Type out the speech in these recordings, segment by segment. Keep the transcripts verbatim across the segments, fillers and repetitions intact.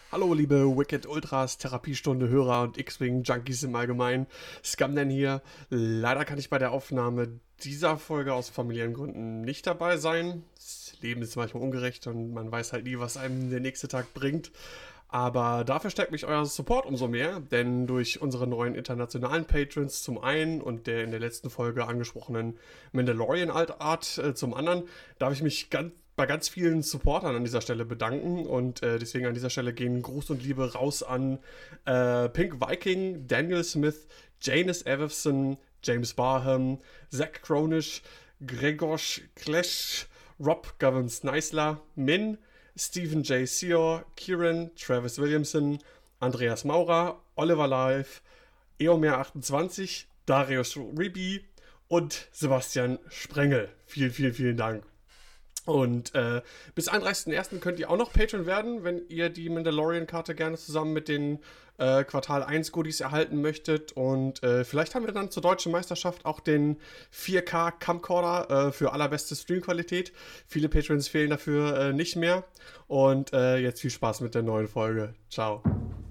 Hallo liebe Wicked Ultras, Therapiestunde Hörer und X-Wing Junkies im Allgemeinen. Scamden hier. Leider kann ich bei der Aufnahme dieser Folge aus familiären Gründen nicht dabei sein. Das Leben ist manchmal ungerecht und man weiß halt nie, was einem der nächste Tag bringt. Aber dafür stärkt mich euer Support umso mehr, denn durch unsere neuen internationalen Patrons zum einen und der in der letzten Folge angesprochenen Mandalorian Alt Art äh, zum anderen, darf ich mich ganz bei ganz vielen Supportern an dieser Stelle bedanken und äh, deswegen an dieser Stelle gehen Gruß und Liebe raus an äh, Pink Viking, Daniel Smith, Janus Everson, James Barham, Zach Cronish, Gregorsch Klesch, Rob Govins Neisler, Min, Stephen J. Seor, Kieran, Travis Williamson, Andreas Maurer, Oliver Live, Eomer achtundzwanzig, Darius Ribi und Sebastian Sprengel. Vielen, vielen, vielen Dank. Und äh, bis einunddreißigsten ersten könnt ihr auch noch Patron werden, wenn ihr die Mandalorian-Karte gerne zusammen mit den äh, Quartal eins Goodies erhalten möchtet. Und äh, vielleicht haben wir dann zur Deutschen Meisterschaft auch den vier K Camcorder äh, für allerbeste Streamqualität. Viele Patrons fehlen dafür äh, nicht mehr. Und äh, jetzt viel Spaß mit der neuen Folge. Ciao.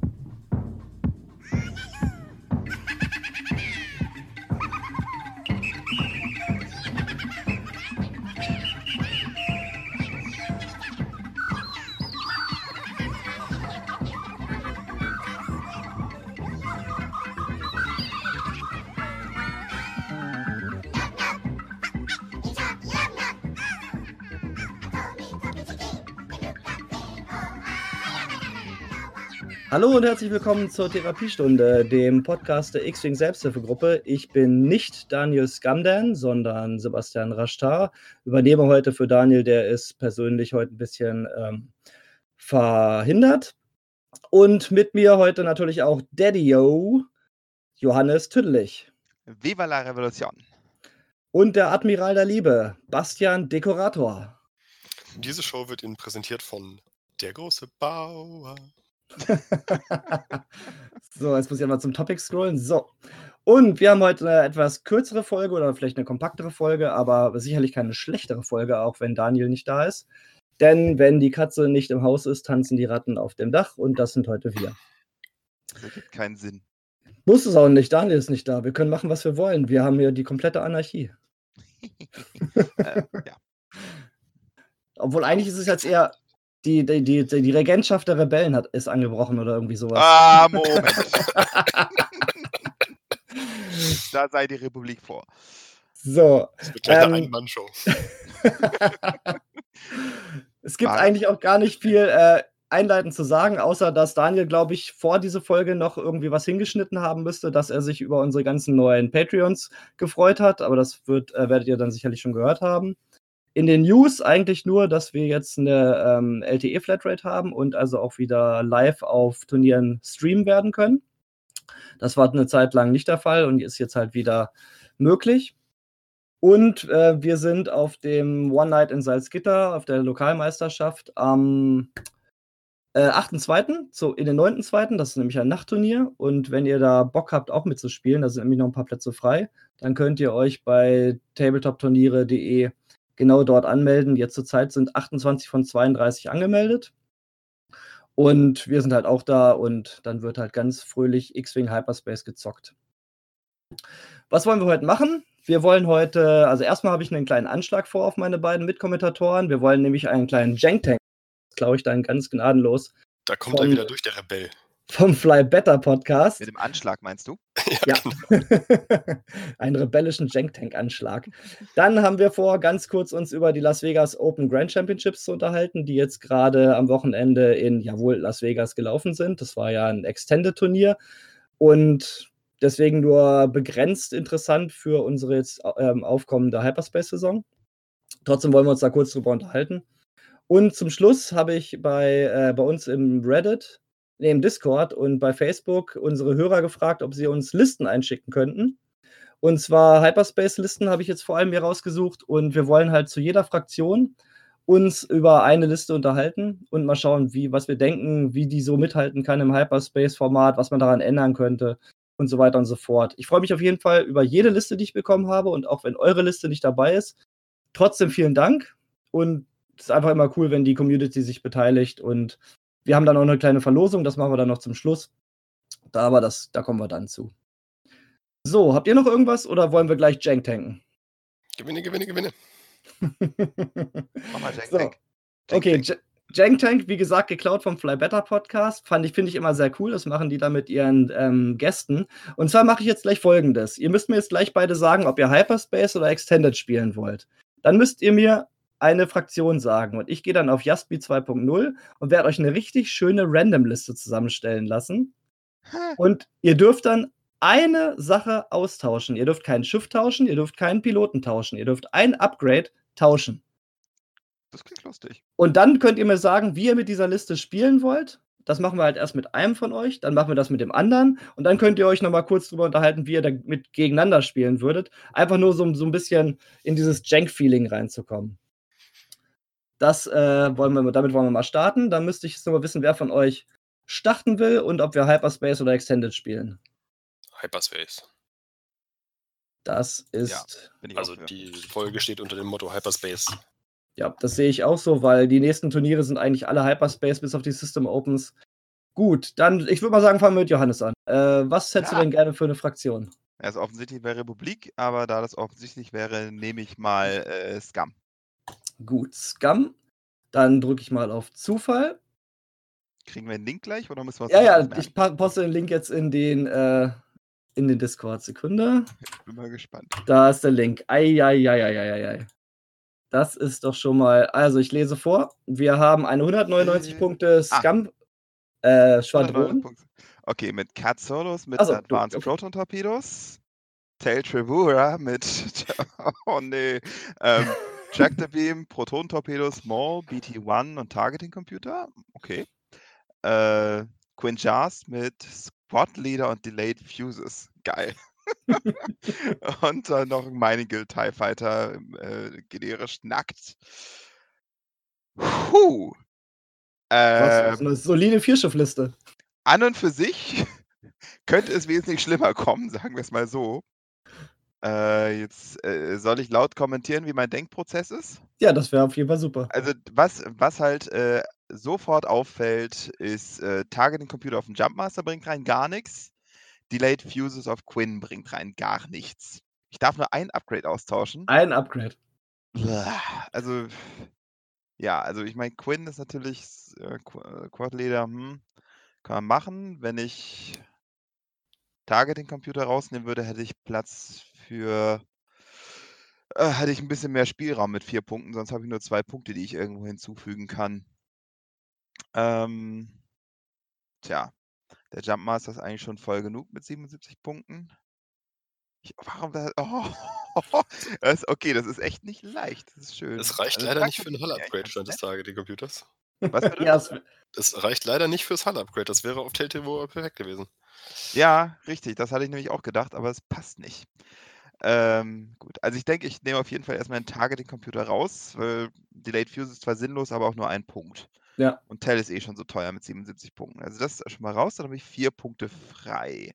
Hallo und herzlich willkommen zur Therapiestunde, dem Podcast der X-Wing Selbsthilfegruppe. Ich bin nicht Daniel Scamden, sondern Sebastian Rashtar. Übernehme heute für Daniel, der ist persönlich heute ein bisschen ähm, verhindert. Und mit mir heute natürlich auch Daddy-O, Johannes Tüdelich. Viva la Revolution. Und der Admiral der Liebe, Bastian Dekorator. Diese Show wird Ihnen präsentiert von Der große Bauer. So, jetzt muss ich einmal zum Topic scrollen. So. Und wir haben heute eine etwas kürzere Folge oder vielleicht eine kompaktere Folge, aber sicherlich keine schlechtere Folge, auch wenn Daniel nicht da ist. Denn wenn die Katze nicht im Haus ist, tanzen die Ratten auf dem Dach und das sind heute wir. Das ergibt keinen Sinn. Muss es auch nicht, Daniel ist nicht da. Wir können machen, was wir wollen. Wir haben hier die komplette Anarchie. äh, ja. Obwohl eigentlich ist es jetzt eher... Die, die, die, die Regentschaft der Rebellen hat, ist angebrochen oder irgendwie sowas. Ah, Moment. Da sei die Republik vor. So. Das wird gleich ähm, eine Ein-Mann-Show. Es gibt War- eigentlich auch gar nicht viel äh, einleitend zu sagen, außer dass Daniel, glaube ich, vor dieser Folge noch irgendwie was hingeschnitten haben müsste, dass er sich über unsere ganzen neuen Patreons gefreut hat. Aber das wird, äh, werdet ihr dann sicherlich schon gehört haben. In den News eigentlich nur, dass wir jetzt eine ähm, L T E-Flatrate haben und also auch wieder live auf Turnieren streamen werden können. Das war eine Zeit lang nicht der Fall und ist jetzt halt wieder möglich. Und äh, wir sind auf dem One Night in Salzgitter, auf der Lokalmeisterschaft am äh, achten zweiten, so in den neunten zweiten Das ist nämlich ein Nachtturnier. Und wenn ihr da Bock habt, auch mitzuspielen, da sind nämlich noch ein paar Plätze frei, dann könnt ihr euch bei tabletopturniere punkt de genau dort anmelden. Jetzt zur Zeit sind achtundzwanzig von zweiunddreißig angemeldet. Und wir sind halt auch da und dann wird halt ganz fröhlich X-Wing Hyperspace gezockt. Was wollen wir heute machen? Wir wollen heute, also erstmal habe ich einen kleinen Anschlag vor auf meine beiden Mitkommentatoren. Wir wollen nämlich einen kleinen Jank-Tank, glaube ich, dann ganz gnadenlos. Da kommt Von- er wieder durch, der Rebell. Vom Fly Better Podcast. Mit dem Anschlag, meinst du? Ja, einen rebellischen Jank-Tank-Anschlag. Dann haben wir vor, ganz kurz uns über die Las Vegas Open Grand Championships zu unterhalten, die jetzt gerade am Wochenende in, jawohl, Las Vegas gelaufen sind. Das war ja ein Extended-Turnier und deswegen nur begrenzt interessant für unsere jetzt ähm, aufkommende Hyperspace-Saison. Trotzdem wollen wir uns da kurz drüber unterhalten. Und zum Schluss habe ich bei, äh, bei uns im Reddit, nee, im Discord und bei Facebook unsere Hörer gefragt, ob sie uns Listen einschicken könnten. Und zwar Hyperspace-Listen habe ich jetzt vor allem hier rausgesucht und wir wollen halt zu jeder Fraktion uns über eine Liste unterhalten und mal schauen, wie, was wir denken, wie die so mithalten kann im Hyperspace-Format, was man daran ändern könnte und so weiter und so fort. Ich freue mich auf jeden Fall über jede Liste, die ich bekommen habe und auch wenn eure Liste nicht dabei ist. Trotzdem vielen Dank und es ist einfach immer cool, wenn die Community sich beteiligt und Wir haben dann auch eine kleine Verlosung, das machen wir dann noch zum Schluss. Da, aber das, da kommen wir dann zu. So, habt ihr noch irgendwas oder wollen wir gleich Jank tanken? Gewinne, gewinne, gewinne. Mach mal Jank So. Tank. Jank Okay, Tank. J- Jank Tank, wie gesagt, geklaut vom Fly Better Podcast. Fand ich, finde ich immer sehr cool. Das machen die da mit ihren ähm, Gästen. Und zwar mache ich jetzt gleich Folgendes. Ihr müsst mir jetzt gleich beide sagen, ob ihr Hyperspace oder Extended spielen wollt. Dann müsst ihr mir eine Fraktion sagen. Und ich gehe dann auf Jaspi zwei punkt null und werde euch eine richtig schöne Random-Liste zusammenstellen lassen. Und ihr dürft dann eine Sache austauschen. Ihr dürft kein Schiff tauschen, ihr dürft keinen Piloten tauschen. Ihr dürft ein Upgrade tauschen. Das klingt lustig. Und dann könnt ihr mir sagen, wie ihr mit dieser Liste spielen wollt. Das machen wir halt erst mit einem von euch, dann machen wir das mit dem anderen und dann könnt ihr euch nochmal kurz drüber unterhalten, wie ihr damit gegeneinander spielen würdet. Einfach nur so, so ein bisschen in dieses Jank-Feeling reinzukommen. Das äh, wollen wir, damit wollen wir mal starten. Dann müsste ich jetzt nochmal wissen, wer von euch starten will und ob wir Hyperspace oder Extended spielen. Hyperspace. Das ist, Bin ich Also auch für. die Folge steht unter dem Motto Hyperspace. ja, das sehe ich auch so, weil die nächsten Turniere sind eigentlich alle Hyperspace bis auf die System Opens. Gut, dann, ich würde mal sagen, fangen wir mit Johannes an. Äh, was hättest Ja. du denn gerne für eine Fraktion? Also offensichtlich wäre Republik, aber da das offensichtlich wäre, nehme ich mal äh, Scum. Gut, Scum. Dann drücke ich mal auf Zufall. Kriegen wir den Link gleich oder müssen wir uns Ja, das ja, alles merken? ich pa- poste den Link jetzt in den, äh, in den Discord. Sekunde. Bin mal gespannt. Da ist der Link. Eieieiei. Das ist doch schon mal. Also, ich lese vor. Wir haben eine hundertneunundneunzig Äh, Punkte Scum äh, Schwadron. Punkte. Okay, mit Cat Solos, mit Ach so, du, Advanced okay. Proton Torpedos, Tail Trevura mit, oh nee, ähm, Tractor Beam, Proton Torpedos, Small, B T eins und Targeting Computer. Okay. Äh, Quinn Jars mit Squad Leader und Delayed Fuses. Geil. Und dann noch ein Mining Guild TIE Fighter, äh, generisch nackt. Puh. Was, Äh, so eine solide Vierschiffliste. an und für sich könnte es wesentlich schlimmer kommen, sagen wir es mal so. Äh, jetzt äh, soll ich laut kommentieren, wie mein Denkprozess ist? Ja, das wäre auf jeden Fall super. Also was, was halt äh, sofort auffällt, ist äh, Targeting Computer auf den Jumpmaster bringt rein gar nichts. Delayed Fuses auf Quinn bringt rein gar nichts. Ich darf nur ein Upgrade austauschen. Ein Upgrade. Also, ja, also ich meine, Quinn ist natürlich äh, Quad Leader, hm, kann man machen. Wenn ich Targeting Computer rausnehmen würde, hätte ich Platz für, äh, hätte ich ein bisschen mehr Spielraum mit vier Punkten, sonst habe ich nur zwei Punkte, die ich irgendwo hinzufügen kann. Ähm, tja, der Jumpmaster ist eigentlich schon voll genug mit siebenundsiebzig Punkten. Ich, warum da, oh, das, okay, das ist echt nicht leicht, das ist schön. Es reicht Also leider nicht Praktikum- für ein ja, Hull-Upgrade, ganz stand des nett. Targeting-Computers. Was bitte? Ja, es, Es reicht leider nicht fürs Hull-Upgrade. Das wäre auf Telltale perfekt gewesen. Ja, richtig, das hatte ich nämlich auch gedacht, aber es passt nicht. Ähm, gut, also ich denke, ich nehme auf jeden Fall erstmal einen Targeting-Computer raus, weil Delayed Fuse ist zwar sinnlos, aber auch nur ein Punkt. ja. Und Tell ist eh schon so teuer mit siebenundsiebzig Punkten. Also das ist schon mal raus, dann habe ich vier Punkte frei.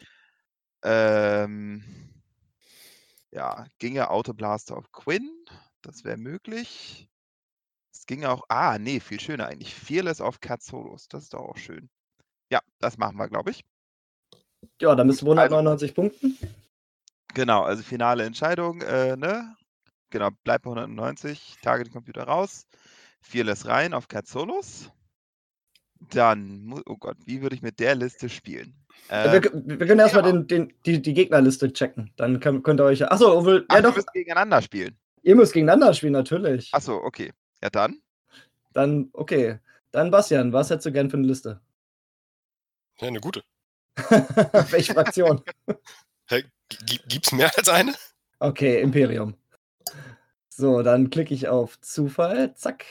Ähm, ja, ginge Autoblaster auf Quinn, das wäre möglich. Es ginge auch, ah, nee, viel schöner eigentlich. Fearless auf Cat Solos, das ist doch auch schön. Ja, das machen wir, glaube ich. Ja, dann bist du Gut, also- hundertneunundneunzig Punkten. Genau, also finale Entscheidung, äh, ne? Genau, bleibt bei hundertneunzig, Targeting Computer raus, Fearless rein auf Cat Solos. Dann, mu- oh Gott, wie würde ich mit der Liste spielen? wir, Ähm, wir können erstmal ja. den, den, die, die Gegnerliste checken. Dann könnt, könnt ihr euch. Achso, obwohl- ach, ja wir doch, müssen gegeneinander spielen. ihr müsst gegeneinander spielen, natürlich. Achso, okay. Ja, dann. Dann, okay. Dann, Bastian, was hättest du gern für eine Liste? Ja, eine gute. Welche Fraktion? Hey, g- gibt's mehr als eine? Okay, Imperium. So, dann klicke ich auf Zufall. Zack.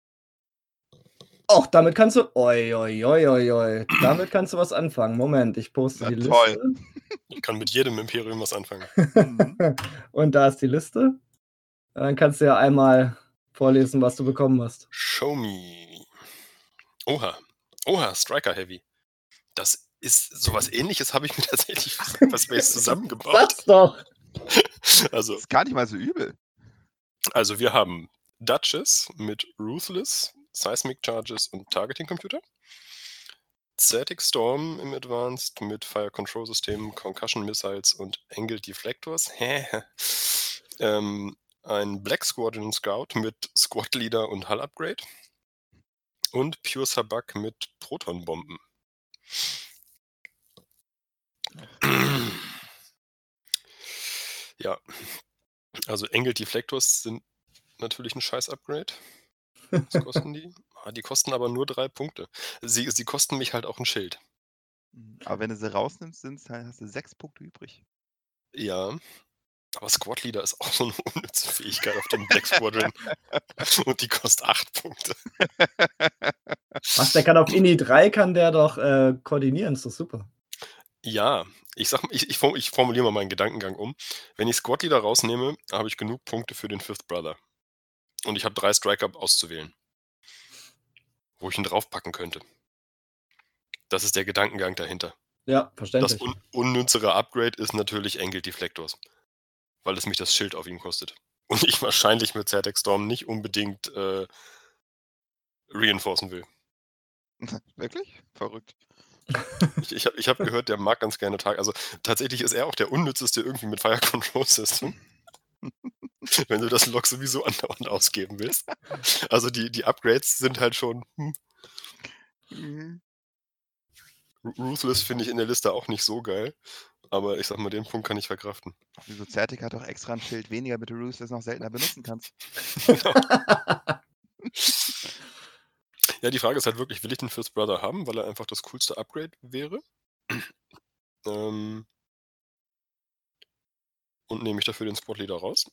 Och, damit kannst du. Oi, oi, oi, oi, oi. Damit kannst du was anfangen. Moment, ich poste Na die toll. Liste. Ich kann mit jedem Imperium was anfangen. Mhm. Und da ist die Liste. Dann kannst du ja einmal vorlesen, was du bekommen hast. Show me. Oha. Oha, Striker Heavy. Das ist sowas ähnliches, habe ich mir tatsächlich für Cyberspace zusammengebaut. Sag's doch! Also, Das ist gar nicht mal so übel. also wir haben Duchess mit Ruthless, Seismic Charges und Targeting Computer. Static Storm im Advanced mit Fire Control System, Concussion Missiles und Angled Deflectors. Hä? ähm, ein Black Squadron Scout mit Squad Leader und Hull Upgrade. Und Pure Sabak mit Protonbomben. Ja, also Angled Deflectors sind natürlich ein scheiß Upgrade. Was kosten die? Ah, die kosten aber nur drei Punkte. Sie, sie kosten mich halt auch ein Schild. Aber wenn du sie rausnimmst, sind's halt, hast du sechs Punkte übrig. Ja, aber Squad Leader ist auch so eine unnütze Fähigkeit auf dem Black Squadron. Und die kostet acht Punkte. Was, der kann auf Ini drei, kann der doch äh, koordinieren, ist doch super. Ja, ich sag, ich, ich, form- ich formuliere mal meinen Gedankengang um. Wenn ich Squad Leader rausnehme, habe ich genug Punkte für den Fifth Brother. Und ich habe drei Striker auszuwählen, wo ich ihn draufpacken könnte. Das ist der Gedankengang dahinter. Ja, Das verständlich. un unnützere Upgrade ist natürlich Angled Deflectors, weil es mich das Schild auf ihm kostet. Und ich wahrscheinlich mit Zertek Storm nicht unbedingt äh, reinforcen will. Wirklich? Verrückt. Ich, ich habe ich hab gehört, der mag ganz gerne Tag. Also tatsächlich ist er auch der unnützeste irgendwie mit Fire Control System. Wenn du das Log sowieso andauernd ausgeben willst. Also die, die Upgrades sind halt schon. Hm. Mhm. Ruthless finde ich in der Liste auch nicht so geil. Aber ich sag mal, den Punkt kann ich verkraften. Wieso Zertik hat doch extra ein Schild weniger, damit du Ruthless noch seltener benutzen kannst. Ja, die Frage ist halt wirklich, will ich den Fifth Brother haben, weil er einfach das coolste Upgrade wäre? ähm, und nehme ich dafür den Squad Leader raus?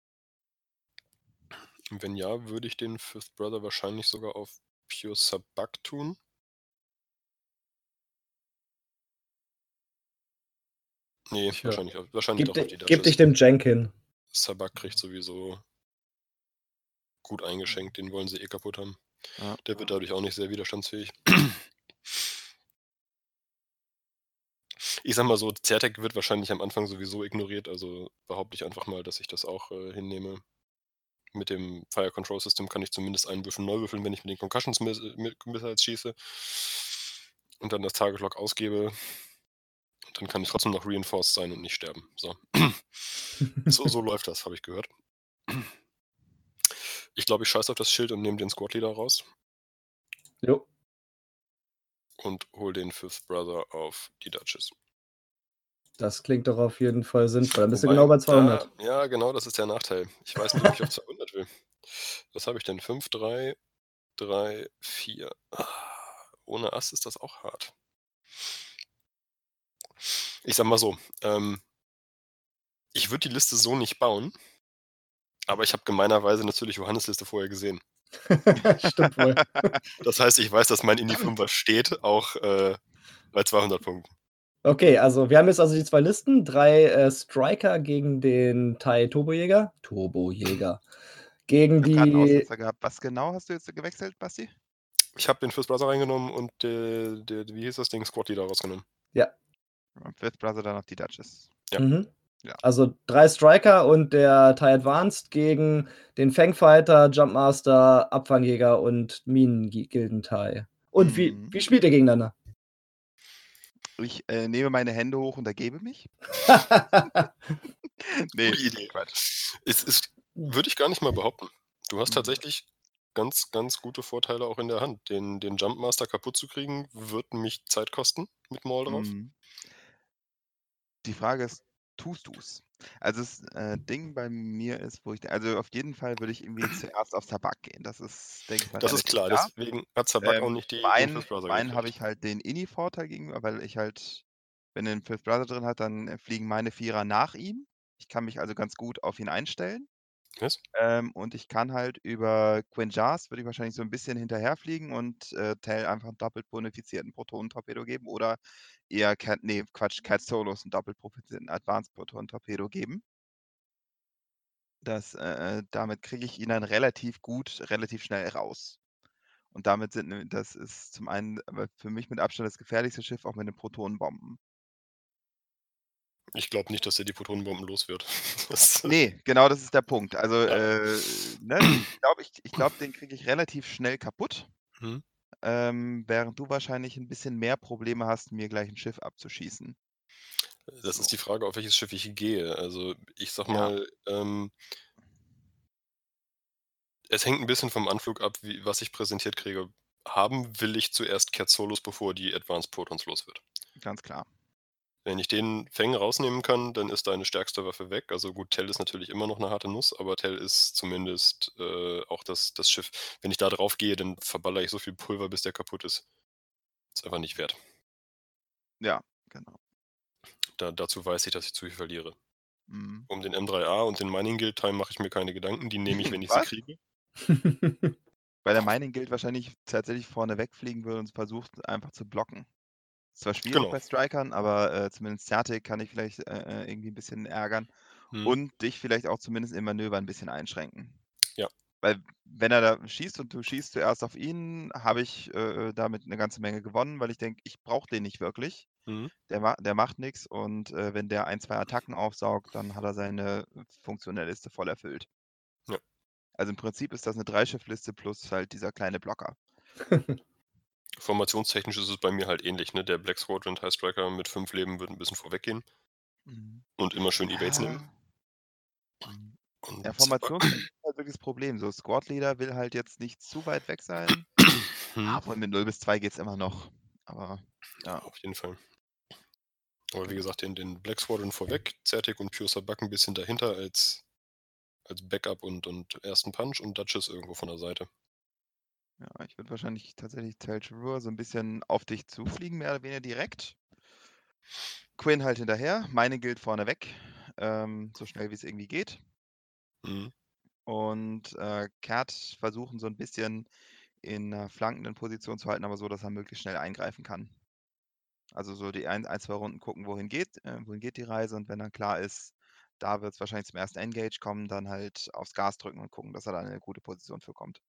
Wenn ja, würde ich den Fifth Brother wahrscheinlich sogar auf Pure Sabak tun. Nee, Tja. wahrscheinlich, wahrscheinlich Gib, doch auf di- die gib dich Duchess. dem Jenkin. Sabak kriegt sowieso gut eingeschenkt, den wollen sie eh kaputt haben. Ja. Der wird dadurch auch nicht sehr widerstandsfähig. Ich sag mal so, Zertek wird wahrscheinlich am Anfang sowieso ignoriert, also behaupte ich einfach mal, dass ich das auch äh, hinnehme. Mit dem Fire Control System kann ich zumindest einen Würfel neu würfeln, wenn ich mit den Concussions Miss mit Missiles schieße und dann das Target Lock ausgebe. Und dann kann ich trotzdem noch reinforced sein und nicht sterben. So, so, so läuft das, habe ich gehört. Ich glaube, ich scheiße auf das Schild und nehme den Squad Leader raus Jo. und hole den Fifth Brother auf die Duchess. Das klingt doch auf jeden Fall sinnvoll. Dann bist du Wobei, genau bei zweihundert. Da, ja, genau, das ist der Nachteil. Ich weiß nicht, ob ich auf zweihundert will. Was habe ich denn? fünf, drei, drei, vier. Ah, ohne Ass ist das auch hart. Ich sag mal so, ähm, ich würde die Liste so nicht bauen, aber ich habe gemeinerweise natürlich Johannes Liste vorher gesehen. Stimmt wohl. Das heißt, ich weiß, dass mein Indie fünfer steht, auch äh, bei zweihundert Punkten. Okay, also wir haben jetzt also die zwei Listen. Drei äh, Striker gegen den Thai Turbojäger. Turbojäger. Gegen Ich habe gerade einen die. Aussetzer gehabt. Was genau hast du jetzt gewechselt, Basti? Ich habe den Fifth Brother reingenommen und der, der, wie hieß das Ding, Squad Leader rausgenommen. Ja. Und Fifth Brother dann auf die Duchess. Ja. Mhm. Ja. Also drei Striker und der Thai Advanced gegen den Fangfighter, Jumpmaster, Abfangjäger und Minengilden-Thai. Und wie, Mhm. wie spielt ihr gegeneinander? Ich äh, nehme meine Hände hoch und ergebe mich. Nee, Gute Idee. Quatsch. Ist, ist, würde ich gar nicht mal behaupten. Du hast Mhm. tatsächlich ganz, ganz gute Vorteile auch in der Hand. Den, den Jumpmaster kaputt zu kriegen, wird mich Zeit kosten mit Maul drauf. Mhm. Die Frage ist, tust du's? Also das äh, Ding bei mir ist, wo ich, also auf jeden Fall würde ich irgendwie zuerst auf Tabak gehen. Das ist, denke ich mal, Das ist relativ klar, deswegen hat Sabak auch Ähm, nicht die, zum den einen, Fifth Brother zum einen habe gekriegt. ich halt den Inni-Vorteil gegenüber, weil ich halt, wenn er einen Fifth Brother drin hat, dann äh, fliegen meine Vierer nach ihm. Ich kann mich also ganz gut auf ihn einstellen. Was? Ähm, und ich kann halt über Quinjas, würde ich wahrscheinlich so ein bisschen hinterherfliegen und äh, Tell einfach einen doppelt bonifizierten Protonentorpedo geben oder eher Cat, nee, Quatsch, Cat Solos einen doppelt bonifizierten Advanced Protonentorpedo geben. Das, äh, damit kriege ich ihn dann relativ gut, relativ schnell raus. Und damit sind, ne- das ist zum einen aber für mich mit Abstand das gefährlichste Schiff, auch mit den Protonenbomben. Ich glaube nicht, dass er die Protonenbomben los wird. Das, Nee, genau das ist der Punkt. Also, Ja. äh, ne, ich glaube, ich, ich glaub, den kriege ich relativ schnell kaputt. Hm? ähm, während du wahrscheinlich ein bisschen mehr Probleme hast, mir gleich ein Schiff abzuschießen. Das So. ist die Frage, auf welches Schiff ich gehe. Also ich sag Ja. mal, ähm, es hängt ein bisschen vom Anflug ab, wie, was ich präsentiert kriege. Haben will ich zuerst Cat Solos, bevor die Advanced Protons los wird. Ganz klar. Wenn ich den Feng rausnehmen kann, dann ist deine stärkste Waffe weg. Also gut, Tell ist natürlich immer noch eine harte Nuss, aber Tell ist zumindest äh, auch das, das Schiff. Wenn ich da drauf gehe, dann verballere ich so viel Pulver, bis der kaputt ist. Ist einfach nicht wert. Ja, genau. Da, dazu weiß ich, dass ich zu viel verliere. Mhm. Um den M drei A und den Mining Guild Time mache ich mir keine Gedanken. Die nehme ich, wenn ich sie Was? kriege. Weil der Mining Guild wahrscheinlich tatsächlich vorne wegfliegen will und versucht einfach zu blocken. Ist zwar schwierig Genau. bei Strikern, aber äh, zumindest Zertik kann ich vielleicht äh, äh, irgendwie ein bisschen ärgern Hm. und dich vielleicht auch zumindest im Manöver ein bisschen einschränken. Ja. Weil wenn er da schießt und du schießt zuerst auf ihn, habe ich äh, damit eine ganze Menge gewonnen, weil ich denke, ich brauche den nicht wirklich. Mhm. Der, ma der macht nichts und äh, wenn der ein, zwei Attacken aufsaugt, dann hat er seine funktionelle Liste voll erfüllt. Ja. Also im Prinzip ist das eine Dreischiff-Liste plus halt dieser kleine Blocker. Formationstechnisch ist es bei mir halt ähnlich. Ne? Der Black Squadron Tie Striker mit fünf Leben wird ein bisschen vorweggehen Mhm. und immer schön Evades Ja. nehmen. Mhm. Und Ja, Formationstechnisch ist halt wirklich das Problem. So, Squad Leader will halt jetzt nicht zu weit weg sein. Hm. Ja, obwohl mit null bis zwei geht es immer noch. Aber ja, Auf jeden Fall. Aber wie genau. gesagt, den, den Black Squadron vorweg, Zertik und Pure Sabak ein bisschen dahinter als, als Backup und, und ersten Punch und Duchess irgendwo von der Seite. Ja, ich würde wahrscheinlich tatsächlich Tel Trevor so ein bisschen auf dich zufliegen, mehr oder weniger direkt. Quinn halt hinterher, meine Guild vorne weg, ähm, so schnell wie es irgendwie geht. Mhm. Und äh, Cat versuchen so ein bisschen in einer flankenden Position zu halten, aber so, dass er möglichst schnell eingreifen kann. Also so die ein, ein zwei Runden gucken, wohin geht, äh, wohin geht die Reise und wenn dann klar ist, da wird es wahrscheinlich zum ersten Engage kommen, dann halt aufs Gas drücken und gucken, dass er da in eine gute Position für kommt.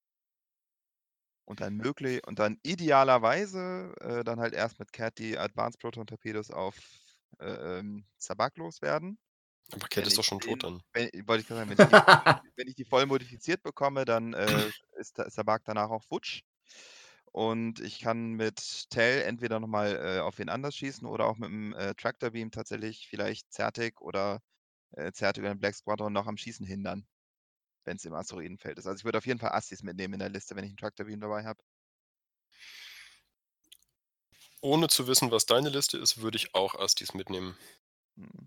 Und dann möglich und dann idealerweise äh, dann halt erst mit Cat die Advanced Proton Torpedos auf äh, ähm, Sabak loswerden. Aber Cat Wenn ist doch ich schon den, tot dann. wenn, wollte ich gerade sagen, wenn ich, die, wenn ich die voll modifiziert bekomme, dann äh, ist der Sabak danach auch futsch. Und ich kann mit Tell entweder nochmal äh, auf wen anders schießen oder auch mit dem äh, Tractor Beam tatsächlich vielleicht Zertik oder äh, Zertik oder den Black Squadron noch am Schießen hindern, wenn es im Asteroidenfeld ist. Also ich würde auf jeden Fall Astis mitnehmen in der Liste, wenn ich einen Tractor Beam dabei habe. Ohne zu wissen, was deine Liste ist, würde ich auch Astis mitnehmen. Hm.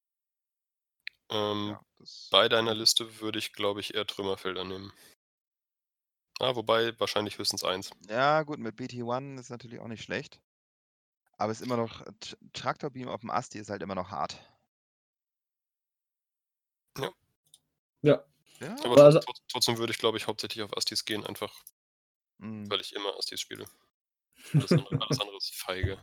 Ähm, Ja, das bei deiner könnte- Liste würde ich, glaube ich, eher Trümmerfelder nehmen. Ah, wobei wahrscheinlich höchstens eins. Ja, gut, mit B T eins ist natürlich auch nicht schlecht. Aber es ist immer noch, T- Tractor Beam auf dem Asti ist halt immer noch hart. Ja. Ja. Aber Aber also- trotz, trotzdem würde ich, glaube ich, hauptsächlich auf Astis gehen, einfach Mm. weil ich immer Astis spiele. Alles andere, alles andere ist feige.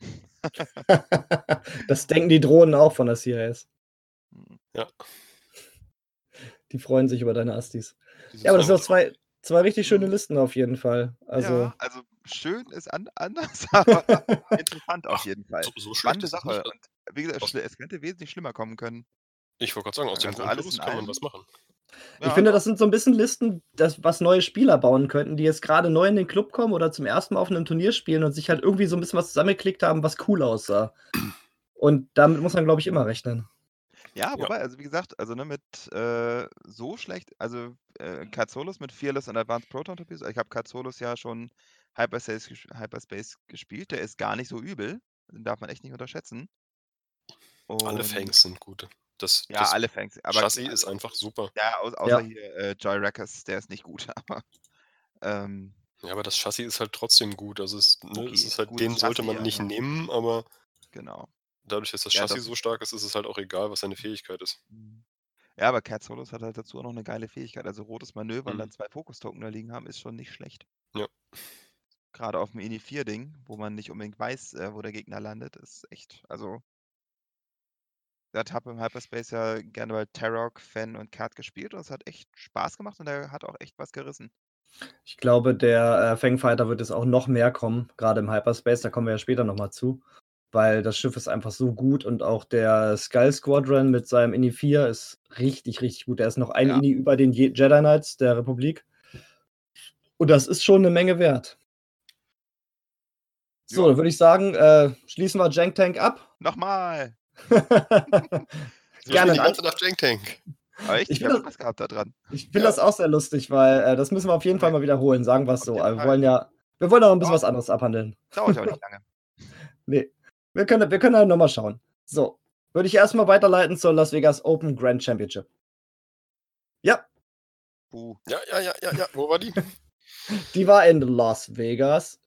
Das denken die Drohnen auch von der C I S. Ja. Die freuen sich über deine Astis. Die sind Ja, aber das sind einfach doch zwei, zwei richtig schöne Mhm. Listen auf jeden Fall. Also, Ja, also schön ist an, anders, aber interessant auf Ach, jeden Fall. so, so schlecht Spannende ist es Sache. nicht. Und wie gesagt, Aus- schli- es könnte wesentlich schlimmer kommen können. Ich wollte gerade sagen, aus dem Also Grund alles los in kann man allem. was machen. ich Ja, finde, doch. das sind so ein bisschen Listen, das, was neue Spieler bauen könnten, die jetzt gerade neu in den Club kommen oder zum ersten Mal auf einem Turnier spielen und sich halt irgendwie so ein bisschen was zusammengeklickt haben, was cool aussah. Und damit muss man, glaube ich, immer rechnen. Ja, Ja. wobei, also wie gesagt, also ne, mit äh, so schlecht, also äh, Katsolus mit Fearless und Advanced Proton Torpedoes, ich habe Katsolus ja schon Hyperspace, ges Hyperspace gespielt, der ist gar nicht so übel, den darf man echt nicht unterschätzen. Alle Und Fangs sind gut. Das, ja, das alle Fangs, aber Chassis also, ist einfach super. ja, au außer Ja. hier äh, Joy Rackers, der ist nicht gut, aber ähm, Ja, aber das Chassis ist halt trotzdem gut. Also es, ne, Okay, es ist halt, gutes den sollte Chassis, man nicht aber- nehmen, aber genau. dadurch, dass das Ja, Chassis das so ist- stark ist, ist es halt auch egal, was seine Fähigkeit ist. Mhm. Ja, aber Cat Solos hat halt dazu auch noch eine geile Fähigkeit. Also rotes Manöver und Mhm. dann zwei Fokus-Token da liegen haben, ist schon nicht schlecht. Ja. Gerade auf dem I N I vier Ding, wo man nicht unbedingt weiß, äh, wo der Gegner landet, ist echt, also der hat im Hyperspace ja gerne bei Tarok, Fen und Cat gespielt und es hat echt Spaß gemacht und er hat auch echt was gerissen. Ich glaube, der äh, Fangfighter wird jetzt auch noch mehr kommen, gerade im Hyperspace, da kommen wir ja später nochmal zu. Weil das Schiff ist einfach so gut und auch der Skull Squadron mit seinem I N I vier ist richtig, richtig gut. Der ist noch ein Ja. I N I über den Je- Jedi Knights der Republik. Und das ist schon eine Menge wert. So, Ja. dann würde ich sagen, äh, schließen wir Jank Tank ab. Nochmal. Wir Gerne. spielen die Ein ganze Nacht Jank Tank. Aber echt, Ich ich find habe das- Spaß gehabt da dran. Ich finde Ja. das auch sehr lustig, weil äh, das müssen wir auf jeden Fall mal wiederholen, sagen wir es Auf so. jeden Aber wir Fall. wollen ja, wir wollen auch ein bisschen Ja. was anderes abhandeln. Dauert ja auch nicht lange. Nee, wir können, wir können ja nochmal schauen. So, würde ich erstmal weiterleiten zur Las Vegas Open Grand Championship. Ja, Puh. Ja, ja, ja, ja, ja. Wo war die? die war in Las Vegas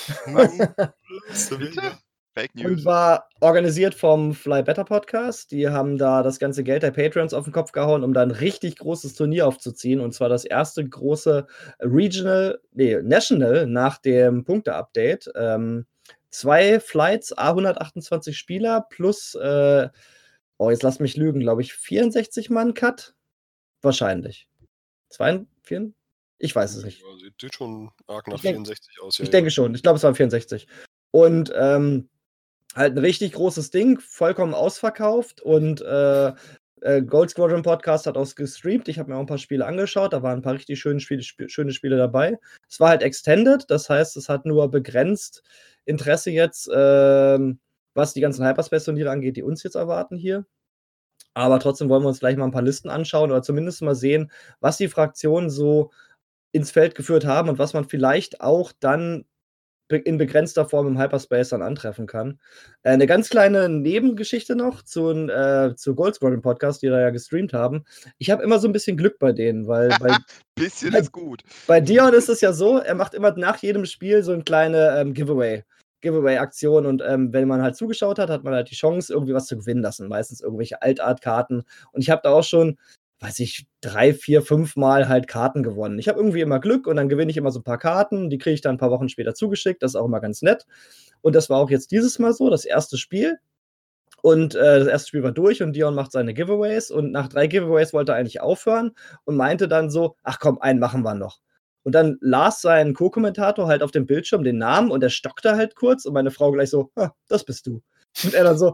Bitte? Fake und News. war organisiert vom Fly Better Podcast. Die haben da das ganze Geld der Patreons auf den Kopf gehauen, um da ein richtig großes Turnier aufzuziehen. Und zwar das erste große Regional, nee, National nach dem Punkte-Update. Ähm, zwei Flights, A hundertachtundzwanzig Spieler plus, äh, oh, jetzt lasst mich lügen, glaube ich, vierundsechzig Mann Cut? Wahrscheinlich. Zwei, vier? Ich weiß es nicht. Ja, sieht, sieht schon arg nach Ich denk- vierundsechzig aus. Ja, Ich denke schon. Ich glaube, es waren vierundsechzig. Und ähm, halt ein richtig großes Ding, vollkommen ausverkauft. Und äh, äh, Gold Squadron Podcast hat auch gestreamt. Ich habe mir auch ein paar Spiele angeschaut. Da waren ein paar richtig schöne Spiele, sp schöne Spiele dabei. Es war halt extended. Das heißt, es hat nur begrenzt Interesse jetzt, ähm, was die ganzen Hyperspace-Turniere angeht, die uns jetzt erwarten hier. Aber trotzdem wollen wir uns gleich mal ein paar Listen anschauen oder zumindest mal sehen, was die Fraktionen so ins Feld geführt haben und was man vielleicht auch dann be in begrenzter Form im Hyperspace dann antreffen kann. Äh, 'ne ganz kleine Nebengeschichte noch zu äh, zu Gold Squadron Podcast, die da ja gestreamt haben. Ich habe immer so ein bisschen Glück bei denen, weil bei Bisschen bei- ist gut. bei Dion ist es ja so, er macht immer nach jedem Spiel so 'n kleine, ähm, Giveaway Giveaway-Aktion und, ähm, wenn man halt zugeschaut hat, hat man halt die Chance, irgendwie was zu gewinnen. Das sind meistens irgendwelche Altart-Karten und ich habe da auch schon, weiß ich, drei, vier, fünf Mal halt Karten gewonnen. Ich habe irgendwie immer Glück und dann gewinne ich immer so 'n paar Karten, die kriege ich dann 'n paar Wochen später zugeschickt. Das ist auch immer ganz nett. Und das war auch jetzt dieses Mal so, das erste Spiel. Und, äh, das erste Spiel war durch und Dion macht seine Giveaways und nach drei Giveaways wollte er eigentlich aufhören und meinte dann so: „Ach komm, einen machen wir noch." Und dann las sein Co-Kommentator halt auf dem Bildschirm den Namen und er stockte halt kurz und meine Frau gleich so: „Ah, das bist du." Und er dann so: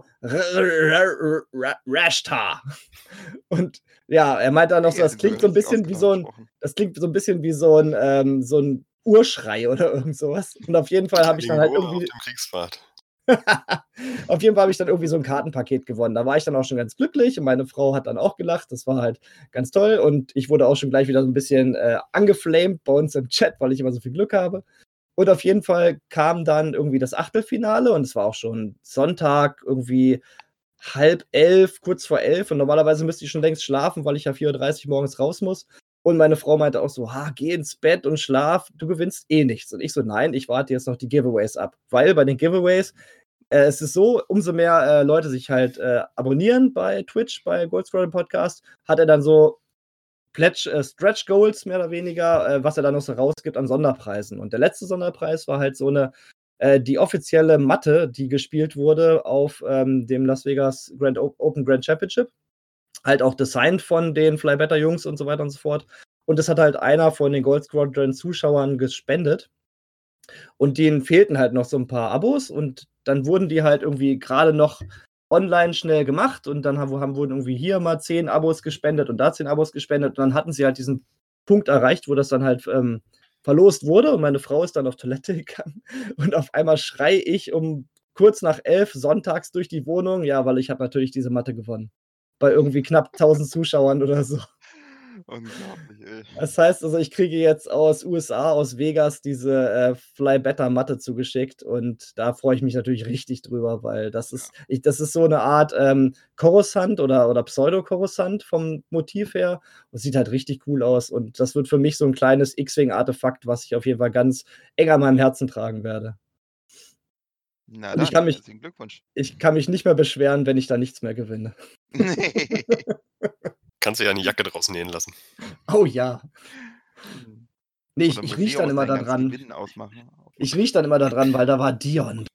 „Rashtar." Und ja, er meinte dann noch so, das klingt so 'n bisschen wie so 'n das klingt so 'n bisschen wie so 'n, ähm so 'n Urschrei oder irgend so was. Und auf jeden Fall habe ich dann halt Klingonen auf irgendwie dem Kriegsfahrt. auf jeden Fall habe ich dann irgendwie so 'n Kartenpaket gewonnen. Da war ich dann auch schon ganz glücklich und meine Frau hat dann auch gelacht. Das war halt ganz toll und ich wurde auch schon gleich wieder so 'n bisschen, äh, angeflamed bei uns im Chat, weil ich immer so viel Glück habe. Und auf jeden Fall kam dann irgendwie das Achtelfinale und es war auch schon Sonntag, irgendwie halb elf, kurz vor elf und normalerweise müsste ich schon längst schlafen, weil ich ja vier Uhr dreißig morgens raus muss. Und meine Frau meinte auch so: „Ha, geh ins Bett und schlaf, du gewinnst eh nichts." Und ich so: „Nein, ich warte jetzt noch die Giveaways ab." Weil bei den Giveaways, äh, es ist so, umso mehr, äh, Leute sich halt, äh, abonnieren bei Twitch, bei Gold Squadron Podcast, hat er dann so Pledge äh, Stretch Goals mehr oder weniger, äh, was er dann noch so rausgibt an Sonderpreisen. Und der letzte Sonderpreis war halt so 'ne äh, die offizielle Matte, die gespielt wurde auf, ähm, dem Las Vegas Grand O Open Grand Championship. Halt auch designt von den Fly Better Jungs und so weiter und so fort. Und das hat halt einer von den Gold Squadron Zuschauern gespendet. Und denen fehlten halt noch so 'n paar Abos und dann wurden die halt irgendwie grade noch online schnell gemacht und dann haben haben wurden irgendwie hier mal zehn Abos gespendet und da zehn Abos gespendet und dann hatten sie halt diesen Punkt erreicht, wo das dann halt, ähm, verlost wurde und meine Frau ist dann auf Toilette gegangen und auf einmal schreie ich um kurz nach elf sonntags durch die Wohnung, ja, weil ich habe natürlich diese Matte gewonnen. Bei irgendwie knapp tausend Zuschauern oder so. Unglaublich, ey. Das heißt also, ich kriege jetzt aus U S A, aus Vegas diese, äh, Fly Better Matte zugeschickt und da freue ich mich natürlich richtig drüber, weil das ist ich das ist so 'ne Art, ähm, Coruscant oder oder Pseudo-Coruscant vom Motiv her und sieht halt richtig cool aus und das wird für mich so 'n kleines X-Wing-Artefakt, was ich auf jeden Fall ganz eng an meinem Herzen tragen werde. Na Und ich dann, kann mich herzlichen Glückwunsch. ich kann mich nicht mehr beschweren, wenn ich da nichts mehr gewinne. Ne. Kannst du ja 'ne Jacke draus nähen lassen. Oh ja. Ne, ich Oder ich Musik rieche dann aus immer deinen da ganzen dran. Gewinnen ausmachen. Ich rieche dann immer da dran, weil da war Dion.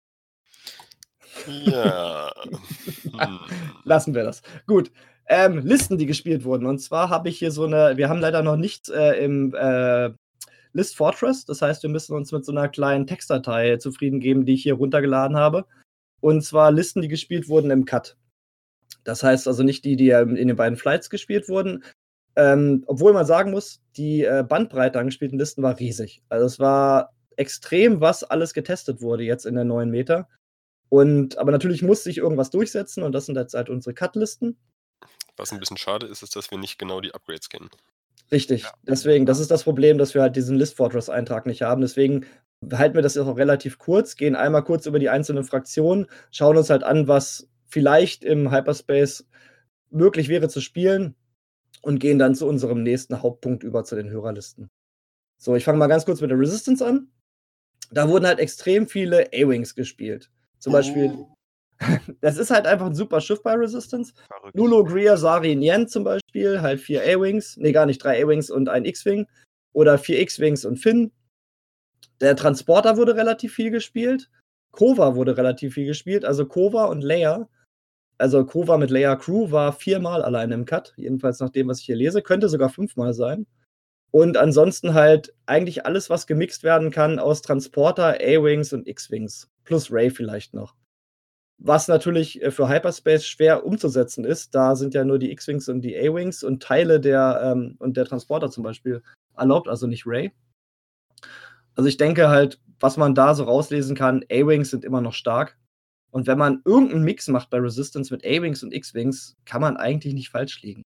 Ja. Hm. Lassen wir das. Gut, ähm, Listen, die gespielt wurden. Und zwar habe ich hier so 'ne wir haben leider noch nichts, äh, im, äh, List Fortress. Das heißt, wir müssen uns mit so 'ner kleinen Textdatei zufrieden geben, die ich hier runtergeladen habe. Und zwar Listen, die gespielt wurden im Cut. Das heißt also nicht die, die ja in den beiden Flights gespielt wurden. Ähm, obwohl man sagen muss, die, äh, Bandbreite an gespielten Listen war riesig. Also, es war extrem, was alles getestet wurde jetzt in der neuen Meta. Und, aber natürlich muss sich irgendwas durchsetzen und das sind jetzt halt unsere Cut-Listen. Was ein bisschen schade ist, ist, dass wir nicht genau die Upgrades kennen. Richtig, Ja. deswegen, das ist das Problem, dass wir halt diesen List-Fortress-Eintrag nicht haben. Deswegen halten wir das jetzt auch relativ kurz, gehen einmal kurz über die einzelnen Fraktionen, schauen uns halt an, was vielleicht im Hyperspace möglich wäre zu spielen und gehen dann zu unserem nächsten Hauptpunkt über, zu den Hörerlisten. So, ich fange mal ganz kurz mit der Resistance an. Da wurden halt extrem viele A-Wings gespielt. Zum Beispiel, Oh. das ist halt einfach ein super Schiff bei Resistance. Verrückt. Nulo, Greer, Sari, Nien zum Beispiel, halt vier A-Wings, nee, gar nicht, drei A-Wings und ein X-Wing. Oder vier X-Wings und Finn. Der Transporter wurde relativ viel gespielt. Kova wurde relativ viel gespielt. Also Kova und Leia, also Kova mit Leia Crew war viermal alleine im Cut. Jedenfalls nach dem, was ich hier lese. Könnte sogar fünfmal sein. Und ansonsten halt eigentlich alles, was gemixt werden kann aus Transporter, A-Wings und X-Wings. Plus Ray vielleicht noch. Was natürlich äh, für Hyperspace schwer umzusetzen ist. Da sind ja nur die X-Wings und die A-Wings und Teile der ähm, und der Transporter zum Beispiel erlaubt, also nicht Ray. Also ich denke halt, was man da so rauslesen kann, A-Wings sind immer noch stark. Und wenn man irgendeinen Mix macht bei Resistance mit A-Wings und X-Wings, kann man eigentlich nicht falsch liegen.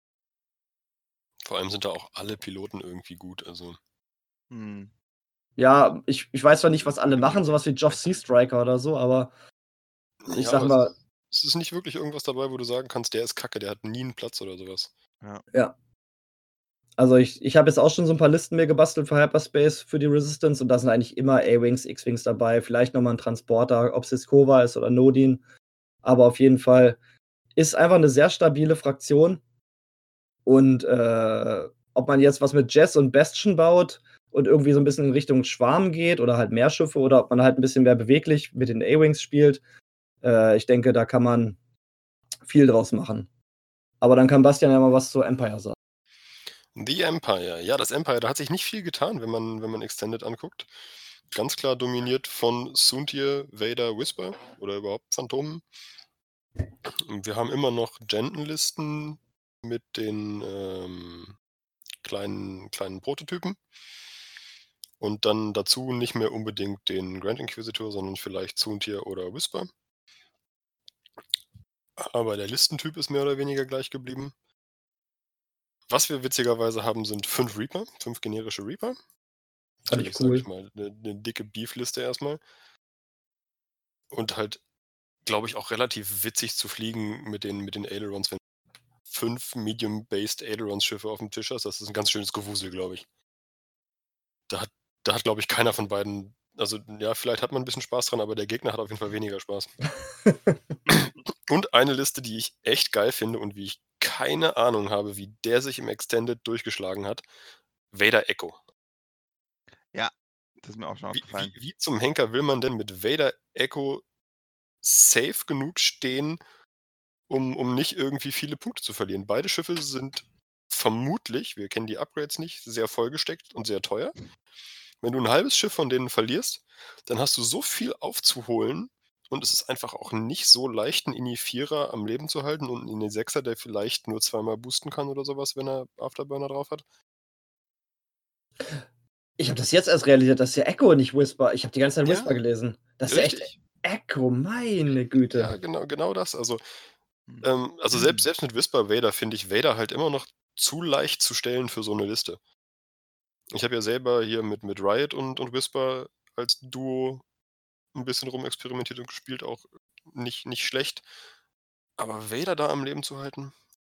Vor allem sind da auch alle Piloten irgendwie gut. Also Hm. Ja, ich, ich weiß zwar nicht, was alle machen, sowas wie Geoff Seastriker oder so, aber ich ja, sag aber mal, es ist nicht wirklich irgendwas dabei, wo du sagen kannst, der ist kacke, der hat nie einen Platz oder sowas. ja. Also ich, ich habe jetzt auch schon so ein paar Listen mir gebastelt für Hyperspace für die Resistance und da sind eigentlich immer A-Wings, X-Wings dabei, vielleicht nochmal ein Transporter, ob es jetzt Kova ist oder Nodin. Aber auf jeden Fall ist einfach eine sehr stabile Fraktion. Und äh, ob man jetzt was mit Jess und Bastion baut und irgendwie so ein bisschen in Richtung Schwarm geht oder halt mehr Schiffe oder ob man halt ein bisschen mehr beweglich mit den A-Wings spielt, äh, ich denke, da kann man viel draus machen. Aber dann kann Bastian ja mal was zu Empire sagen. The Empire. Ja, das Empire, da hat sich nicht viel getan, wenn man, wenn man Extended anguckt. Ganz klar dominiert von Soontir, Vader, Whisper oder überhaupt Phantomen. Wir haben immer noch Gentenlisten mit den ähm, kleinen, kleinen Prototypen. Und dann dazu nicht mehr unbedingt den Grand Inquisitor, sondern vielleicht Soontir oder Whisper. Aber der Listentyp ist mehr oder weniger gleich geblieben. Was wir witzigerweise haben, sind fünf Reaper, fünf generische Reaper. Fand Natürlich, ich sag cool. ich mal, eine, eine dicke Beef-Liste erstmal. Und halt, glaube ich, auch relativ witzig zu fliegen mit den, mit den Ailerons, wenn du fünf Medium-Based Ailerons-Schiffe auf dem Tisch hast. Das ist ein ganz schönes Gewusel, glaube ich. Da hat, da hat, glaube ich, keiner von beiden. Also, ja, vielleicht hat man ein bisschen Spaß dran, aber der Gegner hat auf jeden Fall weniger Spaß. Und eine Liste, die ich echt geil finde und wie ich keine Ahnung habe, wie der sich im Extended durchgeschlagen hat. Vader Echo. Das ist mir auch schon Wie, aufgefallen. wie, wie zum Henker will man denn mit Vader Echo safe genug stehen, um, um nicht irgendwie viele Punkte zu verlieren? Beide Schiffe sind vermutlich, wir kennen die Upgrades nicht, sehr vollgesteckt und sehr teuer. Wenn du ein halbes Schiff von denen verlierst, dann hast du so viel aufzuholen und es ist einfach auch nicht so leicht, einen Ini-Vierer am Leben zu halten und einen Ini-Sechser, der vielleicht nur zweimal boosten kann oder sowas, wenn er Afterburner drauf hat. Ich habe das jetzt erst realisiert, das ist ja Echo, nicht Whisper. Ich habe die ganze Zeit Ja, Whisper gelesen. Das ist ja echt Richtig. Echo, meine Güte. Ja, genau, genau das. Also, Hm. ähm, also selbst, selbst mit Whisper Vader finde ich Vader halt immer noch zu leicht zu stellen für so eine Liste. Ich habe ja selber hier mit, mit Riot und, und Whisper als Duo ein bisschen rumexperimentiert und gespielt, auch nicht, nicht schlecht. Aber Vader da am Leben zu halten.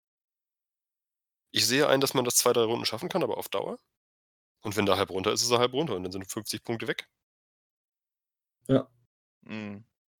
Ich sehe ein, dass man das zwei, drei Runden schaffen kann, aber auf Dauer. Und wenn da halb runter ist, ist er halb runter und dann sind fünfzig Punkte weg. Ja. Hm.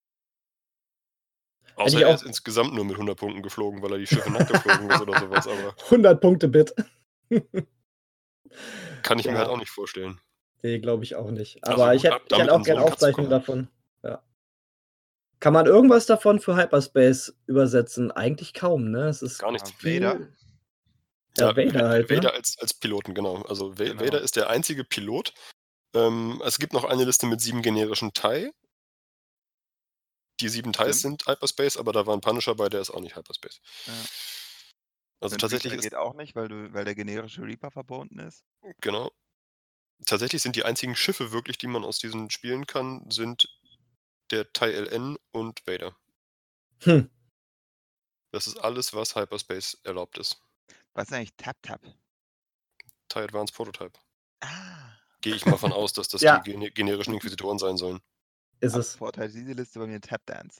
Außer ich er auch- ist insgesamt nur mit hundert Punkten geflogen, weil er die Schiffe nackt geflogen ist oder sowas, aber hundert Punkte Bit. kann ich mir Ja. halt auch nicht vorstellen. Nee, glaube ich auch nicht. Also Aber gut, ich hätte ab- ich hätt damit auch in gerne so einen Cut zu Aufzeichnungen kommen. davon. Ja. Kann man irgendwas davon für Hyperspace übersetzen? Eigentlich kaum, ne? Es ist Gar nichts. Ja, Vader. viel. Ja, Vader Va- halt, ne? Vader als, als Piloten, genau. Also Va Genau. Vader ist der einzige Pilot. Ähm, es gibt noch eine Liste mit sieben generischen TIE. Die sieben TIEs Stimmt. sind Hyperspace, aber da war ein Punisher bei, der ist auch nicht Hyperspace. Ja. Also Denn tatsächlich Reaper ist, geht auch nicht, weil, du, weil der generische Reaper verbunden ist. genau. Tatsächlich sind die einzigen Schiffe wirklich, die man aus diesen spielen kann, sind der T I L N und Vader. Hm. Das ist alles, was Hyperspace erlaubt ist. Was ist eigentlich Tap-Tap? TIE Advanced Prototype. Ah. Gehe ich mal von aus, dass das Ja. die gene generischen Inquisitoren sein sollen. Ist Ab es. sofort heißt diese Liste bei mir Tap-Dance.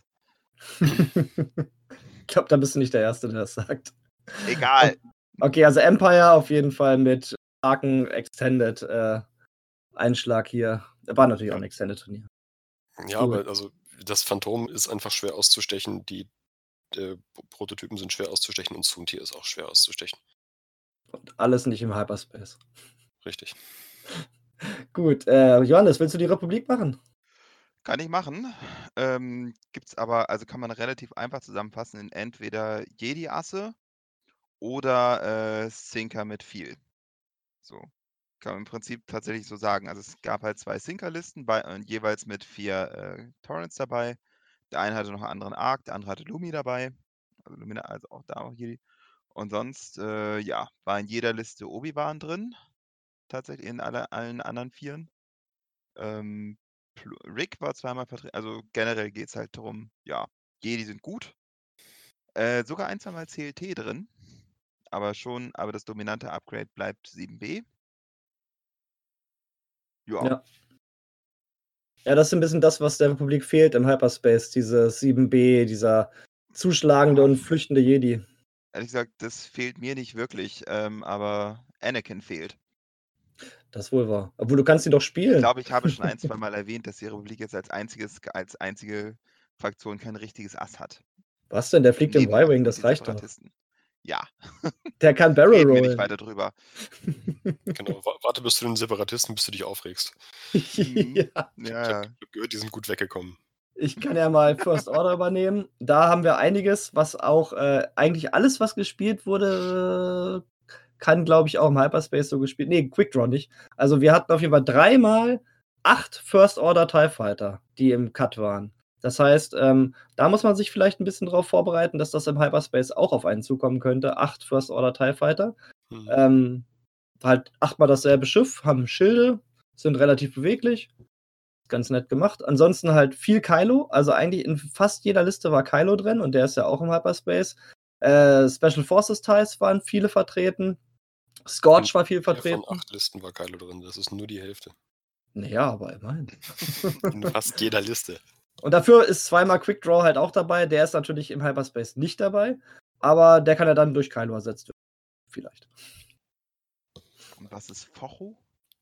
Ich glaube, da bist du nicht der Erste, der das sagt. Egal. Okay, also Empire auf jeden Fall mit starken Extended äh, Einschlag hier. War natürlich auch ein Extended Turnier. Ja, Cool. aber also das Phantom ist einfach schwer auszustechen. Die äh, Prototypen sind schwer auszustechen und Soontier ist auch schwer auszustechen. Und alles nicht im Hyperspace. Richtig. Gut, äh, Johannes, willst du die Republik machen? Kann ich machen. Ähm, gibt's aber, also kann man relativ einfach zusammenfassen in entweder Jedi-Asse oder äh, Sinker mit viel. So. Kann man im Prinzip tatsächlich so sagen. Also es gab halt zwei Sinker-Listen, bei, äh, jeweils mit vier äh, Torrents dabei. Der eine hatte noch einen anderen Arc, der andere hatte Lumi dabei. Also Lumina, also auch da auch Jedi. Und sonst, äh, ja, war in jeder Liste Obi-Wan drin. Tatsächlich in alle, allen anderen Vieren. Ähm, Pl- Rick war zweimal vertreten. Also generell geht es halt darum, ja, Jedi sind gut. Äh, sogar ein, zweimal C L T drin. Aber schon, aber das dominante Upgrade bleibt sieben B. Ja. Ja. Ja, das ist ein bisschen das, was der Republik fehlt im Hyperspace. Dieses sieben B, dieser zuschlagende Ja. und flüchtende Jedi. Ehrlich gesagt, das fehlt mir nicht wirklich, ähm, aber Anakin fehlt. Das wohl war. Obwohl, du kannst ihn doch Ich spielen. glaube, ich habe schon ein, zwei Mal erwähnt, dass die Republik jetzt als einziges, als einzige Fraktion kein richtiges Ass hat. Was denn? Der fliegt im Neben Hux Y-Wing, und das die reicht doch. Separatisten. Ja, Der kann Barrel reden wir nicht rollen. weiter drüber. Genau. wa- Warte bis zu den Separatisten, bis du dich aufregst. Mhm. Ja. Ja, Ich habe ja. hab gehört, die sind gut weggekommen. Ich kann ja mal First Order übernehmen. Da haben wir einiges, was auch äh, eigentlich alles, was gespielt wurde, äh, kann, glaube ich, auch im Hyperspace so gespielt. Nee, Quick Draw nicht. Also wir hatten auf jeden Fall dreimal acht First Order TIE Fighter, die im Cut waren. Das heißt, ähm, da muss man sich vielleicht ein bisschen drauf vorbereiten, dass das im Hyperspace auch auf einen zukommen könnte. Acht First Order TIE Fighter. Hm. Ähm, halt achtmal dasselbe Schiff, haben Schilde, sind relativ beweglich. Ganz nett gemacht. Ansonsten halt viel Kylo. Also eigentlich in fast jeder Liste war Kylo drin und der ist ja auch im Hyperspace. Äh, Special Forces Ties waren viele vertreten. Scorch war viel Vier vertreten. von acht Listen war Kylo drin. Das ist nur die Hälfte. Naja, aber immerhin. In fast jeder Liste. Und dafür ist zweimal Quick Draw halt auch dabei. Der ist natürlich im Hyperspace nicht dabei. Aber der kann ja dann durch Kylo ersetzt werden. Vielleicht. Und was ist Focho?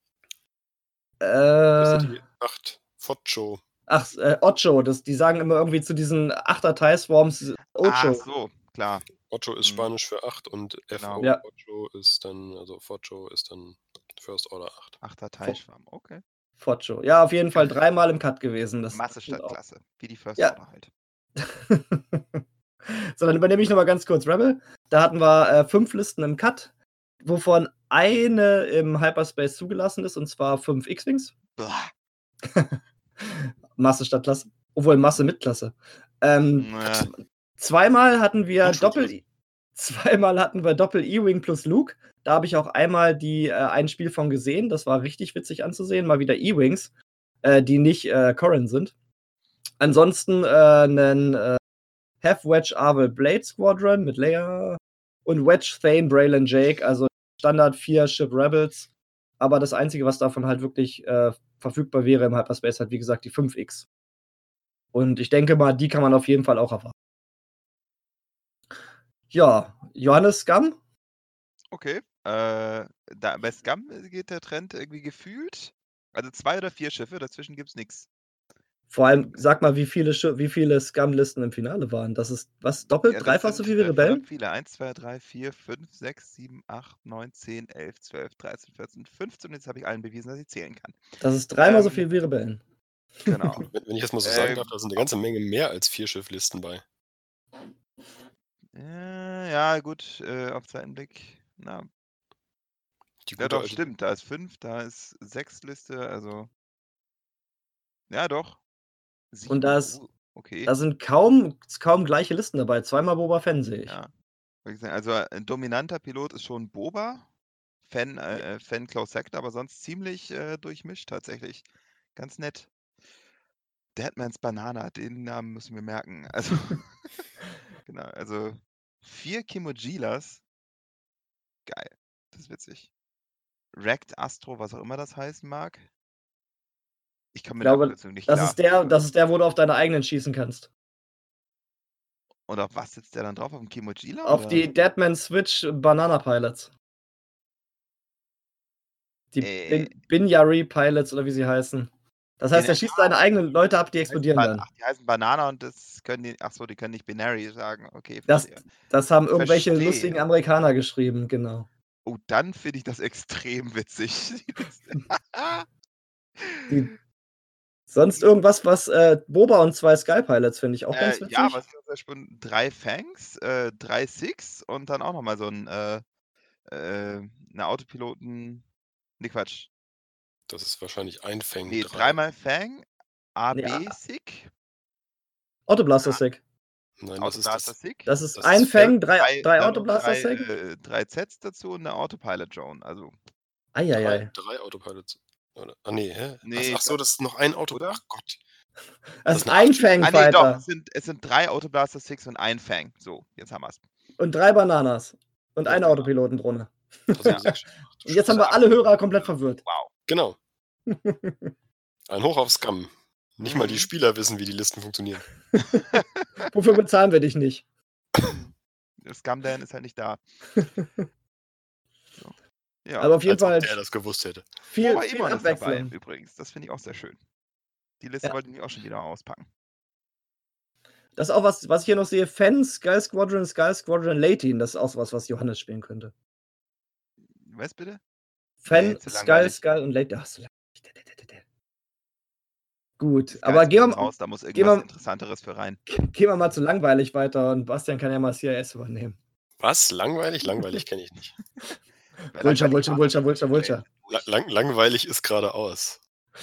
Das Äh, sind die acht Focho. ach, äh, Ocho. Das, die sagen immer irgendwie zu diesen achter TIE Swarms Ach Ocho. so, klar. Ocho ist Mhm. Spanisch für acht und Genau. F O Ja. Ocho ist dann, also Focho ist dann First Order acht. Achter Teilschwamm, okay. Focho. Ja, auf jeden Fall dreimal im Cut gewesen. Das Masse statt Klasse, wie die First Ja. Order halt. So, dann übernehme ich nochmal ganz kurz Rebel. Da hatten wir äh, fünf Listen im Cut, wovon eine im Hyperspace zugelassen ist, und zwar fünf X-Wings. Blah. Masse statt Klasse. Obwohl Masse mit Klasse. Ähm, Naja. zweimal hatten wir Und Doppel Schulklasse. zweimal hatten wir Doppel E-Wing plus Luke. Da habe ich auch einmal die, äh, ein Spiel von gesehen. Das war richtig witzig anzusehen. Mal wieder E-Wings, äh, die nicht äh, Corrin sind. Ansonsten äh, einen äh, Half Wedge Arvel Blade Squadron mit Leia und Wedge Thane Braylon Jake, also Standard vier Ship Rebels. Aber das Einzige, was davon halt wirklich äh, verfügbar wäre im Hyperspace, hat wie gesagt die fünf X. Und ich denke mal, die kann man auf jeden Fall auch erwarten. Ja, Johannes Scum? Okay. Äh, da, bei Scum geht der Trend irgendwie gefühlt. Also zwei oder vier Schiffe, dazwischen gibt's nichts. Vor allem, sag mal, wie viele, Sch- wie viele Scum-Listen im Finale waren. Das ist was? Doppelt, Ja, das dreifach so sind, viel wie äh, Rebellen? verdammt viele. eins, zwei, drei, vier, fünf, sechs, sieben, acht, neun, zehn, elf, zwölf, dreizehn, vierzehn, fünfzehn. Und jetzt habe ich allen bewiesen, dass ich zählen kann. Das ist dreimal so Ähm, viel wie Rebellen. Genau. Wenn, wenn ich das mal so sagen Ähm, darf, da sind eine ganze Menge mehr als vier Schifflisten bei. Äh, ja, gut, äh, auf Seitenblick. Na, Die ja gute doch, alte- stimmt. Da ist fünf, da ist sechs Liste, also. Ja, doch. Sieben. Und da ist- Oh, okay. Da sind kaum, kaum gleiche Listen dabei. Zweimal Boba Fett sehe ich. Ja. Wollte ich sagen, also ein dominanter Pilot ist schon Boba Fan, äh, Fan Close Second, aber sonst ziemlich äh, durchmischt tatsächlich. Ganz nett. Deadman's Banana, den Namen müssen wir merken. Also, genau, also vier Kimojilas. Geil. Das ist witzig. Wrecked Astro, was auch immer das heißen mag. Ich komme Ich mit der glaube, Abkürzung nicht das klar. ist, der, das ist der, wo du auf deine eigenen schießen kannst. Und auf was sitzt der dann drauf? Auf dem Kimojila? Auf oder? die Deadman Switch Banana Pilots. Die Äh, Bin Binyari Pilots oder wie sie heißen. Das heißt, Den- er schießt seine eigenen Leute ab, die die heißen explodieren Ban- dann. Ach, die heißen Banana und das können die. Ach so, die können nicht Binary sagen. Okay, Das, verstehe. das haben irgendwelche Verstehe. lustigen Amerikaner geschrieben, genau. Oh, dann finde ich das extrem witzig. Die, sonst irgendwas, was äh, Boba und zwei Sky Pilots finde ich auch ganz äh, witzig. ja, was ist das schon? Drei Fangs, äh, drei Six und dann auch nochmal so ein äh, äh, eine Autopiloten. Nee, Quatsch. Das ist wahrscheinlich ein Fang. Nee, drei. dreimal Fang, A B Ja. Sig, Autoblaster Sick. Nein, das ist Autoblaster das. Sig. Das ist Das ein ist Fang, drei, drei, drei dann Autoblaster drei, Sick. äh, drei Zets dazu und eine Autopilot Drone. Also, Drei, Eieiei. drei Autopilots. Oder? Ah, nee, hä? Nee, ach, ach so, das ist noch ein Auto. oder? Ach Gott. Das ist ist eine ein acht Stück. ah, nee, doch, Fang-Fighter. es sind, es sind drei Autoblaster Six und ein Fang. So, jetzt haben wir es. Und drei Bananas. Und Ja, eine genau. Autopilotendrohne. Also Ja. sechs. Ach, du Und jetzt haben wir Scheiße. alle Hörer komplett verwirrt. Wow. Genau. Ein Hoch auf Scum. Nicht mal die Mhm. Spieler wissen, wie die Listen funktionieren. Wofür bezahlen wir dich nicht? Scumdan ist halt nicht da. So. Ja, Aber auf jeden Als ob Fall der das gewusst hätte. viel, aber viel immer ist dabei, Abwechslung. übrigens. Das finde ich auch sehr schön. Die Liste Ja. wollte ich auch schon wieder auspacken. Das ist auch was, was ich hier noch sehe. Fan, Sky Squadron, Sky Squadron, Latin. Das ist auch was, was Johannes spielen könnte. Was bitte? Fan, Nee, zu Sky, langweilig. Sky und Latin. Ach, so langweilig. Gut, Sky aber gehen wir, Squadron raus, da muss gehen irgendwas wir- Interessanteres für rein. gehen wir mal zu langweilig weiter und Bastian kann ja mal C I S übernehmen. Was? Langweilig? Langweilig kenne ich nicht. Vulture, Vulture, Vulture, Vulture, Vulture. La lang langweilig ist geradeaus.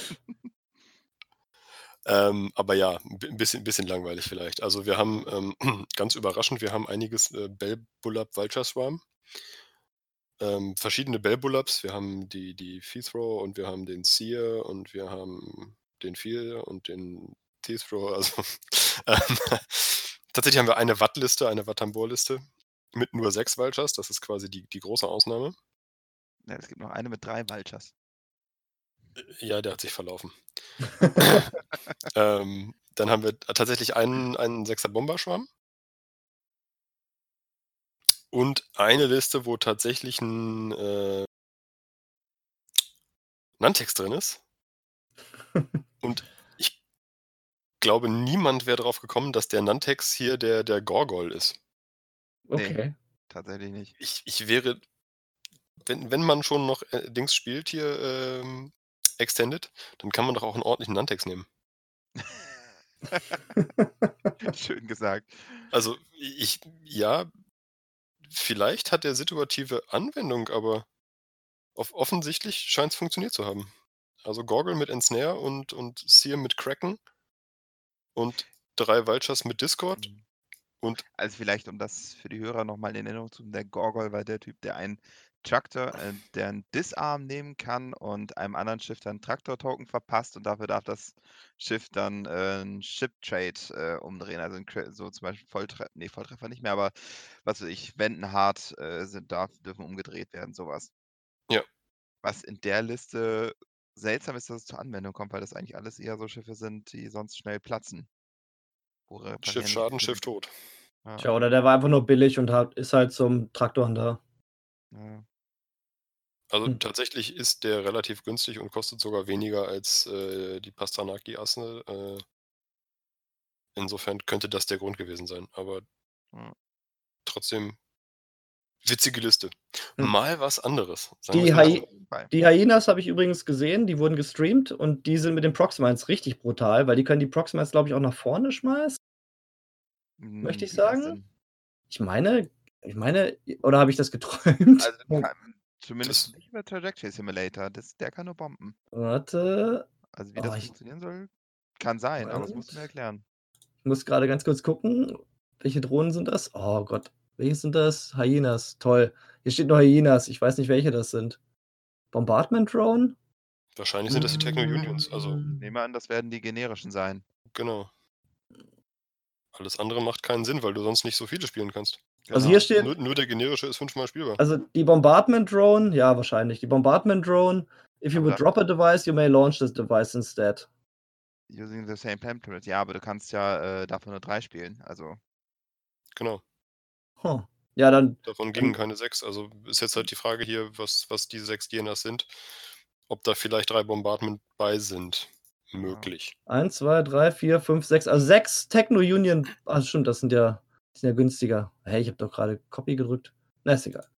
ähm, aber ja, ein bisschen, bisschen langweilig vielleicht. Also wir haben, ähm, ganz überraschend, wir haben einiges äh, Bell-Bullab Vulture Swarm. Ähm, verschiedene Bell-Bullabs. Wir haben die, die Feethrow und wir haben den Seer und wir haben den Fear und den Teethrow. Also ähm, tatsächlich haben wir eine Wattliste, eine Wattambor-Liste mit nur sechs Vultures. Das ist quasi die, die große Ausnahme. Ja, es gibt noch eine mit drei Vultures. Ja, der hat sich verlaufen. ähm, dann haben wir tatsächlich einen, einen sechser Bomberschwarm. Und eine Liste, wo tatsächlich ein äh, Nantex drin ist. Und ich glaube, niemand wäre drauf gekommen, dass der Nantex hier der, der Gorgol ist. Okay. Tatsächlich nicht. Ich, ich wäre, wenn, wenn man schon noch äh, Dings spielt hier, ähm, Extended, dann kann man doch auch einen ordentlichen Nantex nehmen. Schön gesagt. Also ich, ja, vielleicht hat der situative Anwendung, aber off offensichtlich scheint es funktioniert zu haben. Also Gorgol mit Ensnare und, und Seer mit Kraken und drei Vultures mit Discord. Und Also vielleicht, um das für die Hörer nochmal in Erinnerung zu tun, der Gorgol war der Typ, der einen Traktor, äh, der einen Disarm nehmen kann und einem anderen Schiff dann Traktor-Token verpasst und dafür darf das Schiff dann äh, einen Ship-Trade äh, umdrehen. Also ein, Cra- so zum Beispiel Volltreffer, nee, Volltreffer nicht mehr, aber was weiß ich, Wenden hart äh, sind, darf, dürfen umgedreht werden, sowas. Ja. Was in der Liste seltsam ist, dass es zur Anwendung kommt, weil das eigentlich alles eher so Schiffe sind, die sonst schnell platzen. Wo reparieren Schiff nicht Schaden, viel Schiff Sinn. tot. Ja, Tja, oder der war einfach nur billig und hat, ist halt zum Traktoren da. ja. Also Hm. tatsächlich ist der relativ günstig und kostet sogar weniger als äh, die Pastanaki-Asse. Äh, insofern könnte das der Grund gewesen sein. Aber Ja. trotzdem witzige Liste. Hm. Mal was anderes. Sagen Die wir's mal Hai- so. Bei. Die Hyenas habe ich übrigens gesehen, die wurden gestreamt und die sind mit den Proxmines richtig brutal, weil die können die Proxmines, glaube ich, auch nach vorne schmeißen. Möchte ich Hm, wie das sagen? denn? Ich meine, ich meine, oder habe ich das geträumt? Also du kann, zumindest Das- nicht über Trajectory Simulator. Das, der kann nur bomben. Warte, Also wie Oh, das ich- funktionieren soll, kann sein, aber das musst du mir Moment. erklären. ich muss gerade ganz kurz gucken. Welche Drohnen sind das? Oh Gott, Welche sind das? Hyenas, toll. Hier steht nur Hyenas, ich weiß nicht, welche das sind. Bombardment Drone? Wahrscheinlich sind das die Techno-Unions, also Ich nehme an, das werden die generischen sein. genau. Alles andere macht keinen Sinn, weil du sonst nicht so viele spielen kannst. Also Genau. hier steht, Nur, nur der generische ist fünfmal spielbar. also die Bombardment Drone, ja, wahrscheinlich. Die Bombardment Drone, if you Aber would da- drop a device, you may launch this device instead. Using the same template. Ja, aber du kannst ja äh, davon nur drei spielen. Also, Genau. Huh. Ja, dann, Davon gingen keine sechs. Also ist jetzt halt die Frage hier, was, was diese sechs D N As sind. Ob da vielleicht drei Bombardment bei sind. Möglich. eins, zwei, drei, vier, fünf, sechs, also sechs Techno-Union, ah, stimmt, das sind ja, die sind ja günstiger. Hey, ich habe doch gerade Copy gedrückt. Na, ist egal.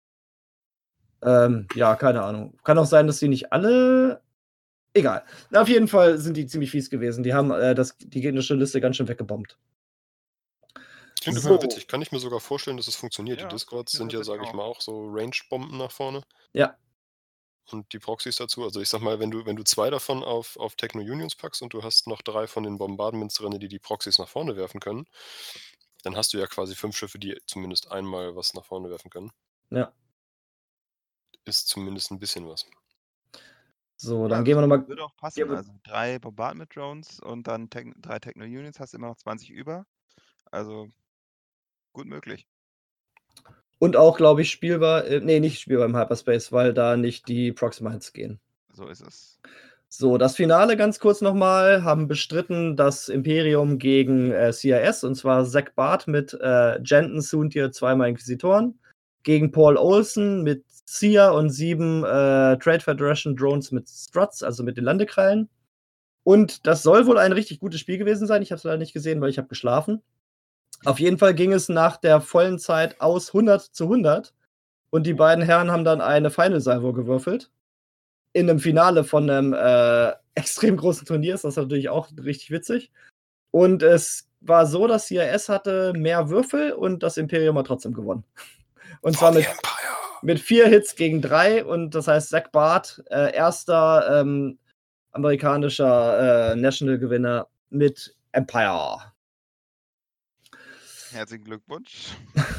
Ähm, ja, keine Ahnung. Kann auch sein, dass die nicht alle, egal. Na, auf jeden Fall sind die ziemlich fies gewesen. Die haben äh, das, die gegnerische Liste ganz schön weggebombt. Klingt So. immer witzig. Kann ich mir sogar vorstellen, dass es funktioniert. Ja, die Discords ich sind finde ja, das sage ich auch. mal, auch so Range-Bomben nach vorne. Ja. Und die Proxys dazu. Also ich sag mal, wenn du, wenn du zwei davon auf, auf Techno-Unions packst und du hast noch drei von den Bombardments drin, die die Proxys nach vorne werfen können, dann hast du ja quasi fünf Schiffe, die zumindest einmal was nach vorne werfen können. Ja. Ist zumindest ein bisschen was. So, Ja, dann das gehen wir nochmal. Würde auch passen. Ja, aber- Also drei Bombardment Drones und dann Tec- drei Techno-Unions hast du immer noch zwanzig über. Also gut möglich. Und auch, glaube ich, spielbar, äh, nee, nicht spielbar im Hyperspace, weil da nicht die Proximites gehen. So ist es. So, das Finale ganz kurz nochmal, haben bestritten das Imperium gegen äh, C I S, und zwar Zach Bart mit äh, Jenton, Soontir, zweimal Inquisitoren, gegen Paul Olsen mit Sia und sieben äh, Trade Federation Drones mit Struts, also mit den Landekrallen. Und das soll wohl ein richtig gutes Spiel gewesen sein. Ich habe es leider nicht gesehen, weil ich habe geschlafen. Auf jeden Fall ging es nach der vollen Zeit aus hundert zu hundert. Und die beiden Herren haben dann eine Final Salvo gewürfelt. In einem Finale von einem äh, extrem großen Turnier ist das natürlich auch richtig witzig. Und es war so, dass C I S hatte mehr Würfel und das Imperium hat trotzdem gewonnen. Und zwar mit, mit vier Hits gegen drei. Und das heißt, Zach Bart, äh, erster ähm, amerikanischer äh, National-Gewinner mit Empire. Herzlichen Glückwunsch.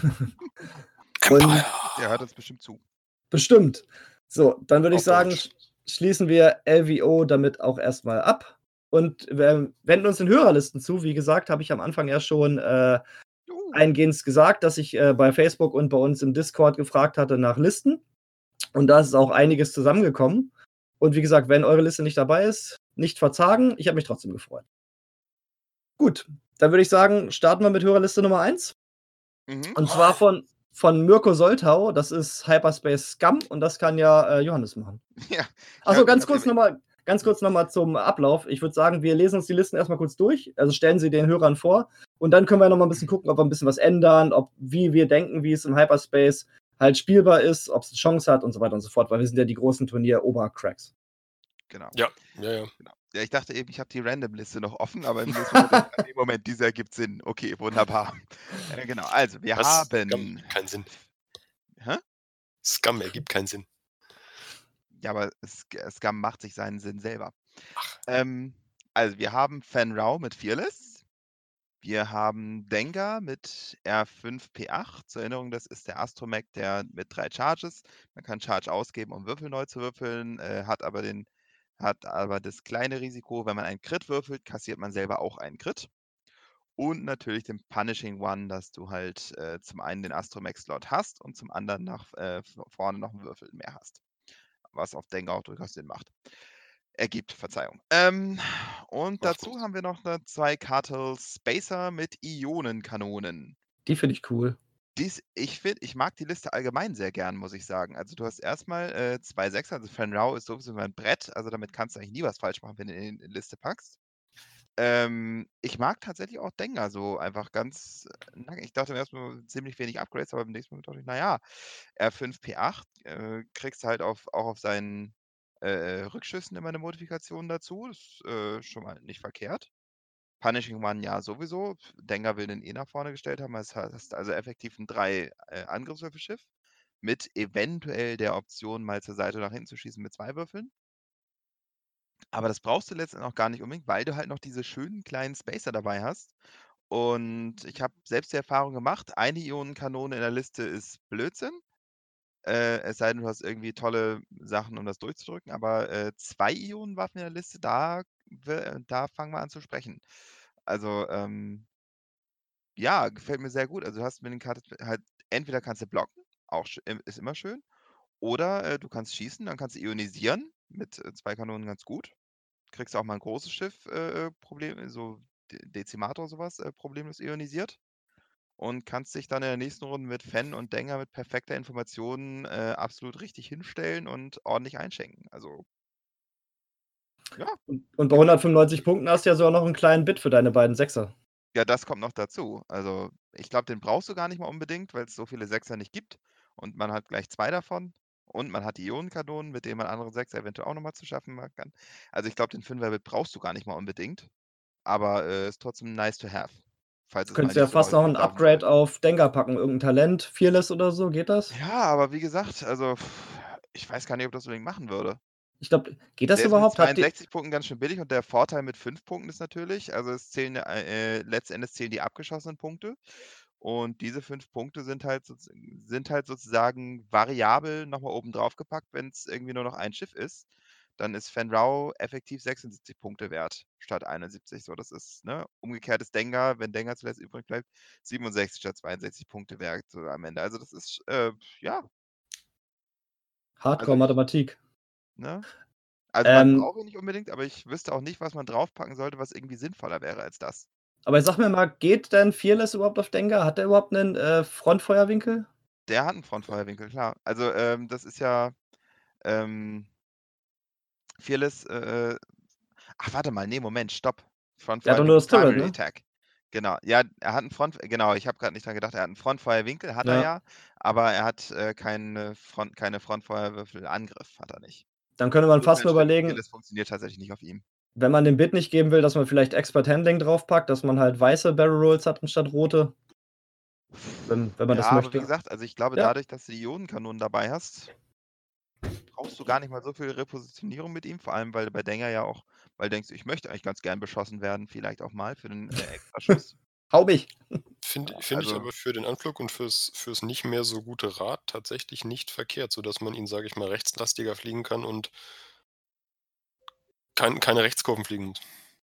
Und Der hört uns bestimmt zu. bestimmt. So, dann würde ich Auf sagen, Deutsch. sch- schließen wir L V O damit auch erstmal ab. Und wir wenden uns den Hörerlisten zu. Wie gesagt, habe ich am Anfang ja schon äh, Juhu. eingehend gesagt, dass ich äh, bei Facebook und bei uns im Discord gefragt hatte nach Listen. Und da ist auch einiges zusammengekommen. Und wie gesagt, wenn eure Liste nicht dabei ist, nicht verzagen. Ich habe mich trotzdem gefreut. Gut, dann würde ich sagen, starten wir mit Hörerliste Nummer eins. Mhm. Und zwar von, von Mirko Soltau. Das ist Hyperspace Scum und das kann ja äh, Johannes machen. Ja. Achso, hab- ganz hab kurz den- nochmal ganz kurz nochmal zum Ablauf. Ich würde sagen, wir lesen uns die Listen erstmal kurz durch. Also stellen sie den Hörern vor. Und dann können wir nochmal ein bisschen gucken, ob wir ein bisschen was ändern, ob wie wir denken, wie es im Hyperspace halt spielbar ist, ob es eine Chance hat und so weiter und so fort. Weil wir sind ja die großen Turnier-Obercracks. Genau. Ja, ja, ja. Genau. Ja, ich dachte eben, ich habe die Random-Liste noch offen, aber im nächsten Moment, in dem Moment, dieser ergibt Sinn. Okay, wunderbar. Äh, genau, also wir Was? haben. Scum, keinen Sinn. Hä? Scum ergibt keinen Sinn. Ja, aber Sc- Scum macht sich seinen Sinn selber. Ähm, also wir haben Fan Rao mit Fearless. Wir haben Dengar mit R fünf P acht. Zur Erinnerung, das ist der Astromech, der mit drei Charges. Man kann Charge ausgeben, um Würfel neu zu würfeln, äh, hat aber den hat aber das kleine Risiko, wenn man einen Crit würfelt, kassiert man selber auch einen Crit. Und natürlich den Punishing One, dass du halt äh, zum einen den Astromech-Slot hast und zum anderen nach äh, vorne noch einen Würfel mehr hast. Was auf Dengar auch durchaus Sinn macht. Ergibt, Verzeihung. Ähm, und Macht dazu nichts. haben wir noch ne, zwei Kartel Spacer mit Ionenkanonen. Die finde ich cool. Dies, ich finde, ich mag die Liste allgemein sehr gern, muss ich sagen. Also du hast erstmal äh, zwei Sechser, also Fan Rao ist sowieso ein Brett, also damit kannst du eigentlich nie was falsch machen, wenn du ihn in die Liste packst. Ähm, ich mag tatsächlich auch Dengar so einfach ganz. äh, Ich dachte erstmal ziemlich wenig Upgrades, aber im nächsten Moment dachte ich, naja, R fünf P acht äh, kriegst halt auf, auch auf seinen äh, Rückschüssen immer eine Modifikation dazu. Das ist äh, schon mal nicht verkehrt. Punishing One ja sowieso. Dengar will den eh nach vorne gestellt haben. Das heißt also effektiv ein drei äh, Angriffswürfelschiff mit eventuell der Option, mal zur Seite nach hinten zu schießen mit zwei Würfeln. Aber das brauchst du letztendlich auch gar nicht unbedingt, weil du halt noch diese schönen kleinen Spacer dabei hast. Und ich habe selbst die Erfahrung gemacht, eine Ionenkanone in der Liste ist Blödsinn. Äh, es sei denn, du hast irgendwie tolle Sachen, um das durchzudrücken, aber äh, zwei Ionenwaffen in der Liste, da, we- da fangen wir an zu sprechen. Also, ähm, ja, gefällt mir sehr gut. Also, du hast mit den Karten halt, entweder kannst du blocken, auch sch- im- ist immer schön, oder äh, du kannst schießen, dann kannst du ionisieren, mit äh, zwei Kanonen ganz gut. Kriegst auch mal ein großes Schiff, äh, Problem, so De- Dezimator sowas, äh, problemlos ionisiert. Und kannst dich dann in der nächsten Runde mit Fan und Denker mit perfekter Information äh, absolut richtig hinstellen und ordentlich einschenken. Also, ja, Und, und bei gefällt mir. hundertfünfundneunzig Punkten hast du ja sogar noch einen kleinen Bit für deine beiden Sechser. Ja, das kommt noch dazu. Also, ich glaube, den brauchst du gar nicht mal unbedingt, weil es so viele Sechser nicht gibt. Und man hat gleich zwei davon. Und man hat die Ionenkanonen, mit denen man andere Sechser eventuell auch nochmal zu schaffen machen kann. Also, ich glaube, den Fünfer-Bit brauchst du gar nicht mal unbedingt. Aber äh, ist trotzdem nice to have. Falls es mal Könntest du ja nicht so fast noch ein laufen sollte. Upgrade auf Dengar packen, irgendein Talent, Fearless oder so, geht das? Ja, aber wie gesagt, also ich weiß gar nicht, ob das unbedingt machen würde. Ich glaube, geht das Der ist mit überhaupt? Hat die, zweiundsechzig Punkten ganz schön billig und der Vorteil mit fünf Punkten ist natürlich, also es zählen ja, äh, letztendlich zählen die abgeschossenen Punkte und diese fünf Punkte sind halt, soz- sind halt sozusagen variabel nochmal oben drauf gepackt, wenn es irgendwie nur noch ein Schiff ist. Dann ist Fenrau effektiv sechsundsiebzig Punkte wert statt einundsiebzig. So, das ist, ne? Umgekehrt ist Dengar, wenn Dengar zuletzt übrig bleibt, siebenundsechzig statt zweiundsechzig Punkte wert so am Ende. Also das ist, äh, ja, also ich, Hardcore-Mathematik. ne? Also man Ähm, braucht ihn nicht unbedingt, aber ich wüsste auch nicht, was man draufpacken sollte, was irgendwie sinnvoller wäre als das. aber sag mir mal, geht denn Fearless überhaupt auf Dengar? Hat der überhaupt einen äh, Frontfeuerwinkel? Der hat einen Frontfeuerwinkel, klar. Also ähm, das ist ja ähm, Fearless. Äh, ach, warte mal, nee, Moment, stopp. Der hat doch nur Frontfeuerwinkel das Turret, Primary ne? Attack. Genau, ja, er hat einen Front, genau, ich habe gerade nicht dran gedacht, er hat einen Frontfeuerwinkel, hat er Ja. ja, aber er hat äh, keine, Front, keine Frontfeuerwürfel Angriff, hat er nicht. Dann könnte man fast Insofern nur stimmt, überlegen, Fearless funktioniert tatsächlich nicht auf ihm. wenn man den Bit nicht geben will, dass man vielleicht Expert Handling draufpackt, dass man halt weiße Barrel Rolls hat anstatt rote. Wenn, wenn man Ja, das aber möchte. wie gesagt, also ich glaube, Ja. dadurch, dass du die Ionenkanonen dabei hast, brauchst du gar nicht mal so viel Repositionierung mit ihm, vor allem weil du bei Dengar ja auch, weil du denkst, ich möchte eigentlich ganz gern beschossen werden, vielleicht auch mal für den äh, Extraschuss. Hau mich. Finde Ja, find ich also- aber für den Anflug und fürs, fürs nicht mehr so gute Rad tatsächlich nicht verkehrt, sodass man ihn, sage ich mal, rechtslastiger fliegen kann und kein, keine Rechtskurven fliegen muss.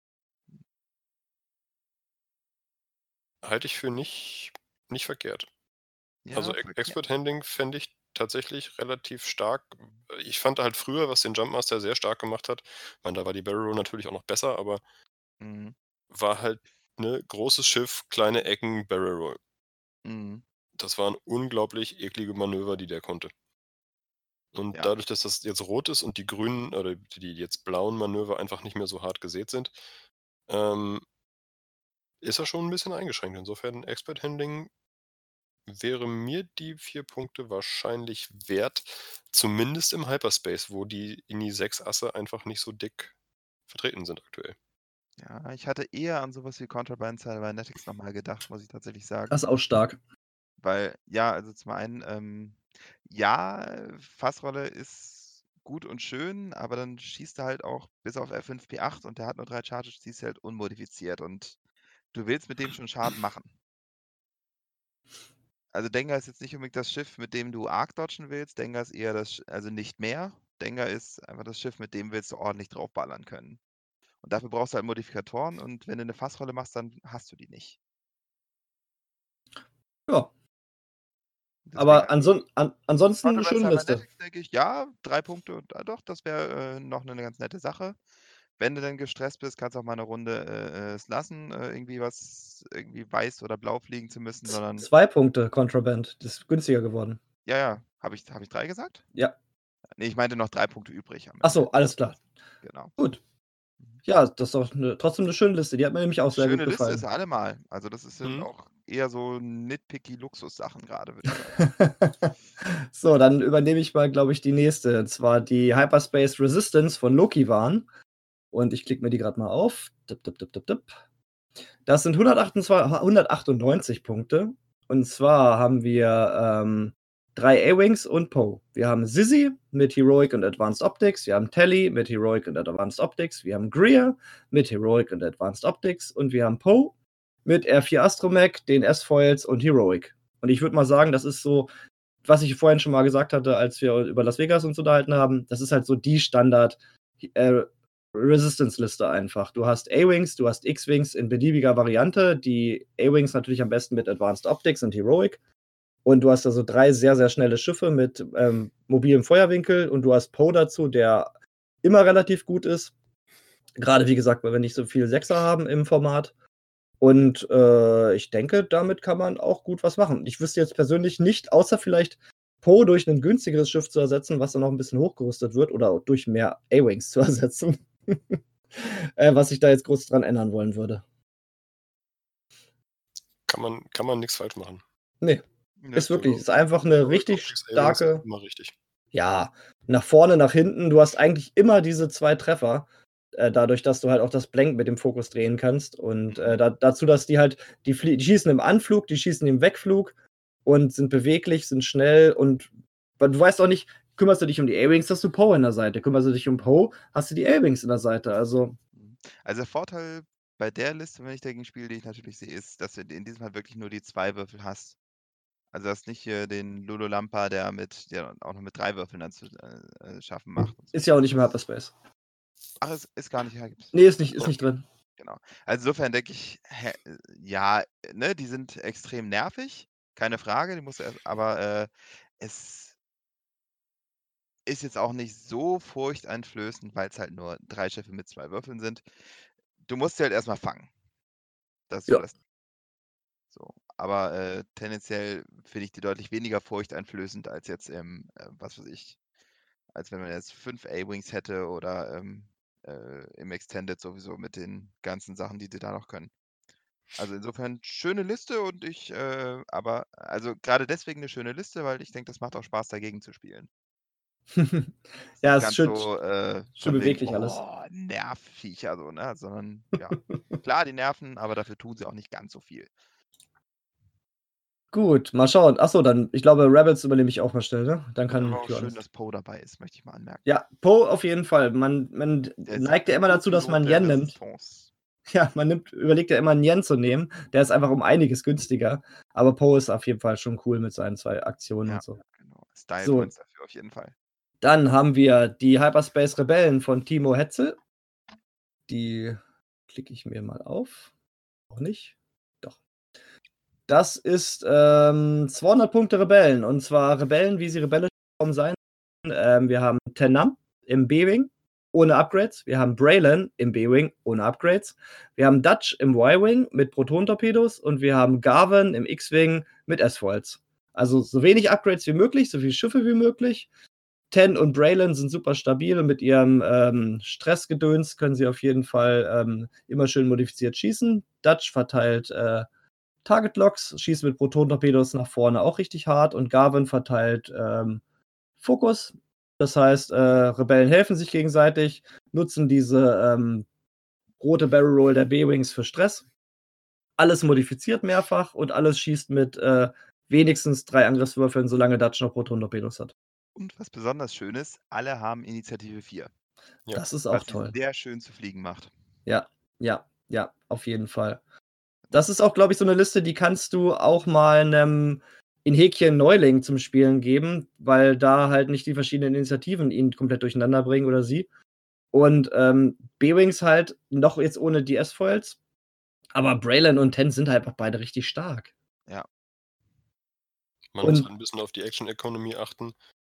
Halte ich für nicht, nicht verkehrt. Ja, Also E- verkehrt. Expert Handling fände ich tatsächlich relativ stark. Ich fand halt früher, was den Jumpmaster sehr stark gemacht hat, ich meine, da war die Barrel Roll natürlich auch noch besser, aber Mhm. war halt ne großes Schiff, kleine Ecken, Barrel Roll. Mhm. Das waren unglaublich eklige Manöver, die der konnte. Und Ja. dadurch, dass das jetzt rot ist und die grünen oder die jetzt blauen Manöver einfach nicht mehr so hart gesät sind, ähm, ist er schon ein bisschen eingeschränkt. Insofern Expert Handling wäre mir die vier Punkte wahrscheinlich wert, zumindest im Hyperspace, wo die Ini sechs Asse einfach nicht so dick vertreten sind aktuell. Ja, ich hatte eher an sowas wie Contraband Cybernetics nochmal gedacht, muss ich tatsächlich sagen. Das ist auch stark. Weil, ja, also zum einen, ähm, ja, Fassrolle ist gut und schön, aber dann schießt er halt auch bis auf F fünf P acht und der hat nur drei Charges, schießt er halt unmodifiziert und du willst mit dem schon Schaden machen. Also Dengar ist jetzt nicht unbedingt das Schiff, mit dem du arc dodgen willst. Dengar ist eher das, Sch- also nicht mehr. Dengar ist einfach das Schiff, mit dem willst du ordentlich draufballern können. Und dafür brauchst du halt Modifikatoren und wenn du eine Fassrolle machst, dann hast du die nicht. Ja. Deswegen, Aber also, anson an, ansonsten eine Contraband schöne Liste. Cybernetics, denke ich, ja, drei Punkte, ah, doch, das wäre äh, noch eine ganz nette Sache. Wenn du dann gestresst bist, kannst du auch mal eine Runde äh, es lassen, äh, irgendwie was, irgendwie weiß oder blau fliegen zu müssen, sondern, Zwei Punkte Contraband. Das ist günstiger geworden. ja, ja, habe ich, hab ich drei gesagt? Ja. Nee, ich meinte noch drei Punkte übrig. am Ach so, Ende. alles klar. Genau. Gut. Ja, das ist doch eine, trotzdem eine schöne Liste. Die hat mir nämlich auch sehr Schöne gut Liste gefallen. ist sie allemal. Also das ist, sind Mhm. auch eher so nitpicky Luxussachen gerade, würde ich sagen. So, dann übernehme ich mal, glaube ich, die nächste. Und zwar die Hyperspace Resistance von Loki waren. Und ich klicke mir die gerade mal auf. Dip, dip, dip, dip, dip. Das sind hundertachtundzwanzig, hundertachtundneunzig Punkte. Und zwar haben wir ähm, drei A-Wings und Poe. Wir haben Zizzy mit Heroic und Advanced Optics. Wir haben Telly mit Heroic und Advanced Optics. Wir haben Greer mit Heroic und Advanced Optics. Und wir haben Poe mit R vier Astromech, den S-Foils und Heroic. Und ich würde mal sagen, das ist so, was ich vorhin schon mal gesagt hatte, als wir über Las Vegas uns unterhalten haben, das ist halt so die Standard äh, Resistance-Liste einfach. Du hast A-Wings, du hast X-Wings in beliebiger Variante, die A-Wings natürlich am besten mit Advanced Optics und Heroic. Und du hast also drei sehr, sehr schnelle Schiffe mit ähm, mobilem Feuerwinkel und du hast Poe dazu, der immer relativ gut ist. Gerade wie gesagt, weil wir nicht so viele Sechser haben im Format. Und äh, ich denke, damit kann man auch gut was machen. Ich wüsste jetzt persönlich nicht, außer vielleicht Poe durch ein günstigeres Schiff zu ersetzen, was dann noch ein bisschen hochgerüstet wird, oder durch mehr A-Wings zu ersetzen, äh, was ich da jetzt groß dran ändern wollen würde. Kann man, kann man nichts falsch machen. Nee, Ja, ist wirklich, ist einfach eine richtig Optics, A-Wings starke, immer richtig. ja, nach vorne, nach hinten. Du hast eigentlich immer diese zwei Treffer, äh, dadurch, dass du halt auch das Blank mit dem Fokus drehen kannst. Und äh, da, dazu, dass die halt, die, flie- die schießen im Anflug, die schießen im Wegflug und sind beweglich, sind schnell und weil du weißt auch nicht, kümmerst du dich um die A-Wings, hast du Poe in der Seite. Kümmerst du dich um Poe, hast du die A-Wings in der Seite. Also, Also der Vorteil bei der Liste, wenn ich dagegen spiele, die ich natürlich sehe, ist, dass du in diesem Fall wirklich nur die zwei Würfel hast. Also hast nicht hier den Lulu Lampa, der mit, der auch noch mit drei Würfeln dann zu äh, schaffen macht. und so. ist ja auch nicht im Hyperspace. Ach, es ist gar nicht hergibt. Nee, ist nicht, ist nicht drin. Genau. Also insofern denke ich, hä, ja, ne, die sind extrem nervig, keine Frage, die muss erst, aber äh, es ist jetzt auch nicht so furchteinflößend, weil es halt nur drei Schiffe mit zwei Würfeln sind. Du musst sie halt erstmal fangen. Das ist so Ja. das. So. Aber äh, tendenziell finde ich die deutlich weniger furchteinflößend als jetzt im, äh, was weiß ich, als wenn man jetzt fünf A-Wings hätte oder ähm, äh, im Extended sowieso mit den ganzen Sachen, die die da noch können. Also insofern schöne Liste und ich, äh, aber, also gerade deswegen eine schöne Liste, weil ich denke, das macht auch Spaß, dagegen zu spielen. Ja, Nicht es ist ganz schön, so äh, schön von wegen, beweglich alles. oh, Nervviecher, so, ne? Sondern, ja, klar, die nerven, aber dafür tun sie auch nicht ganz so viel. Gut, mal schauen. Achso, dann, ich glaube, Rebels übernehme ich auch mal schnell, ne? Dann kann Aber auch Johannes. schön, dass Poe dabei ist, möchte ich mal anmerken. Ja, Poe auf jeden Fall. Man, man Der ist neigt ja immer dazu, dass man Co-Pilot der Yen nimmt. Resistance. Ja, man nimmt, überlegt ja immer einen Yen zu nehmen. Der ist einfach um einiges günstiger. Aber Poe ist auf jeden Fall schon cool mit seinen zwei Aktionen Ja, und so. genau. Style So. Points dafür auf jeden Fall. Dann haben wir die Hyperspace Rebellen von Timo Hetzel. Die klicke ich mir mal auf. Auch nicht. Doch. Das ist ähm, zweihundert Punkte Rebellen. Und zwar Rebellen, wie sie rebellisch sein. Ähm, wir haben Tenam im B-Wing ohne Upgrades. Wir haben Braylon im B-Wing ohne Upgrades. Wir haben Dutch im Y-Wing mit Proton-Torpedos. Und wir haben Garvin im X-Wing mit S-Foils. Also so wenig Upgrades wie möglich, so viele Schiffe wie möglich. Ten und Braylon sind super stabil und mit ihrem ähm, Stressgedöns können sie auf jeden Fall ähm, immer schön modifiziert schießen. Dutch verteilt äh, Target-Locks, schießt mit Proton-Torpedos nach vorne auch richtig hart und Garvin verteilt ähm, Fokus. Das heißt, äh, Rebellen helfen sich gegenseitig, nutzen diese ähm, rote Barrel Roll der B-Wings für Stress. Alles modifiziert mehrfach und alles schießt mit äh, wenigstens drei Angriffswürfeln, solange Dutch noch Proton-Torpedos hat. Und was besonders schön ist, alle haben Initiative vier. Ja. Das ist auch Was toll. sie sehr schön zu fliegen macht. Ja, ja, ja, auf jeden Fall. Das ist auch, glaube ich, so eine Liste, die kannst du auch mal einem in Häkchen Neuling zum Spielen geben, weil da halt nicht die verschiedenen Initiativen ihn komplett durcheinander bringen oder sie. Und ähm, B-Wings halt noch jetzt ohne die S-Foils. Aber Braylon und Ten sind halt einfach beide richtig stark. Ja. Man Und- muss halt ein bisschen auf die Action Economy achten,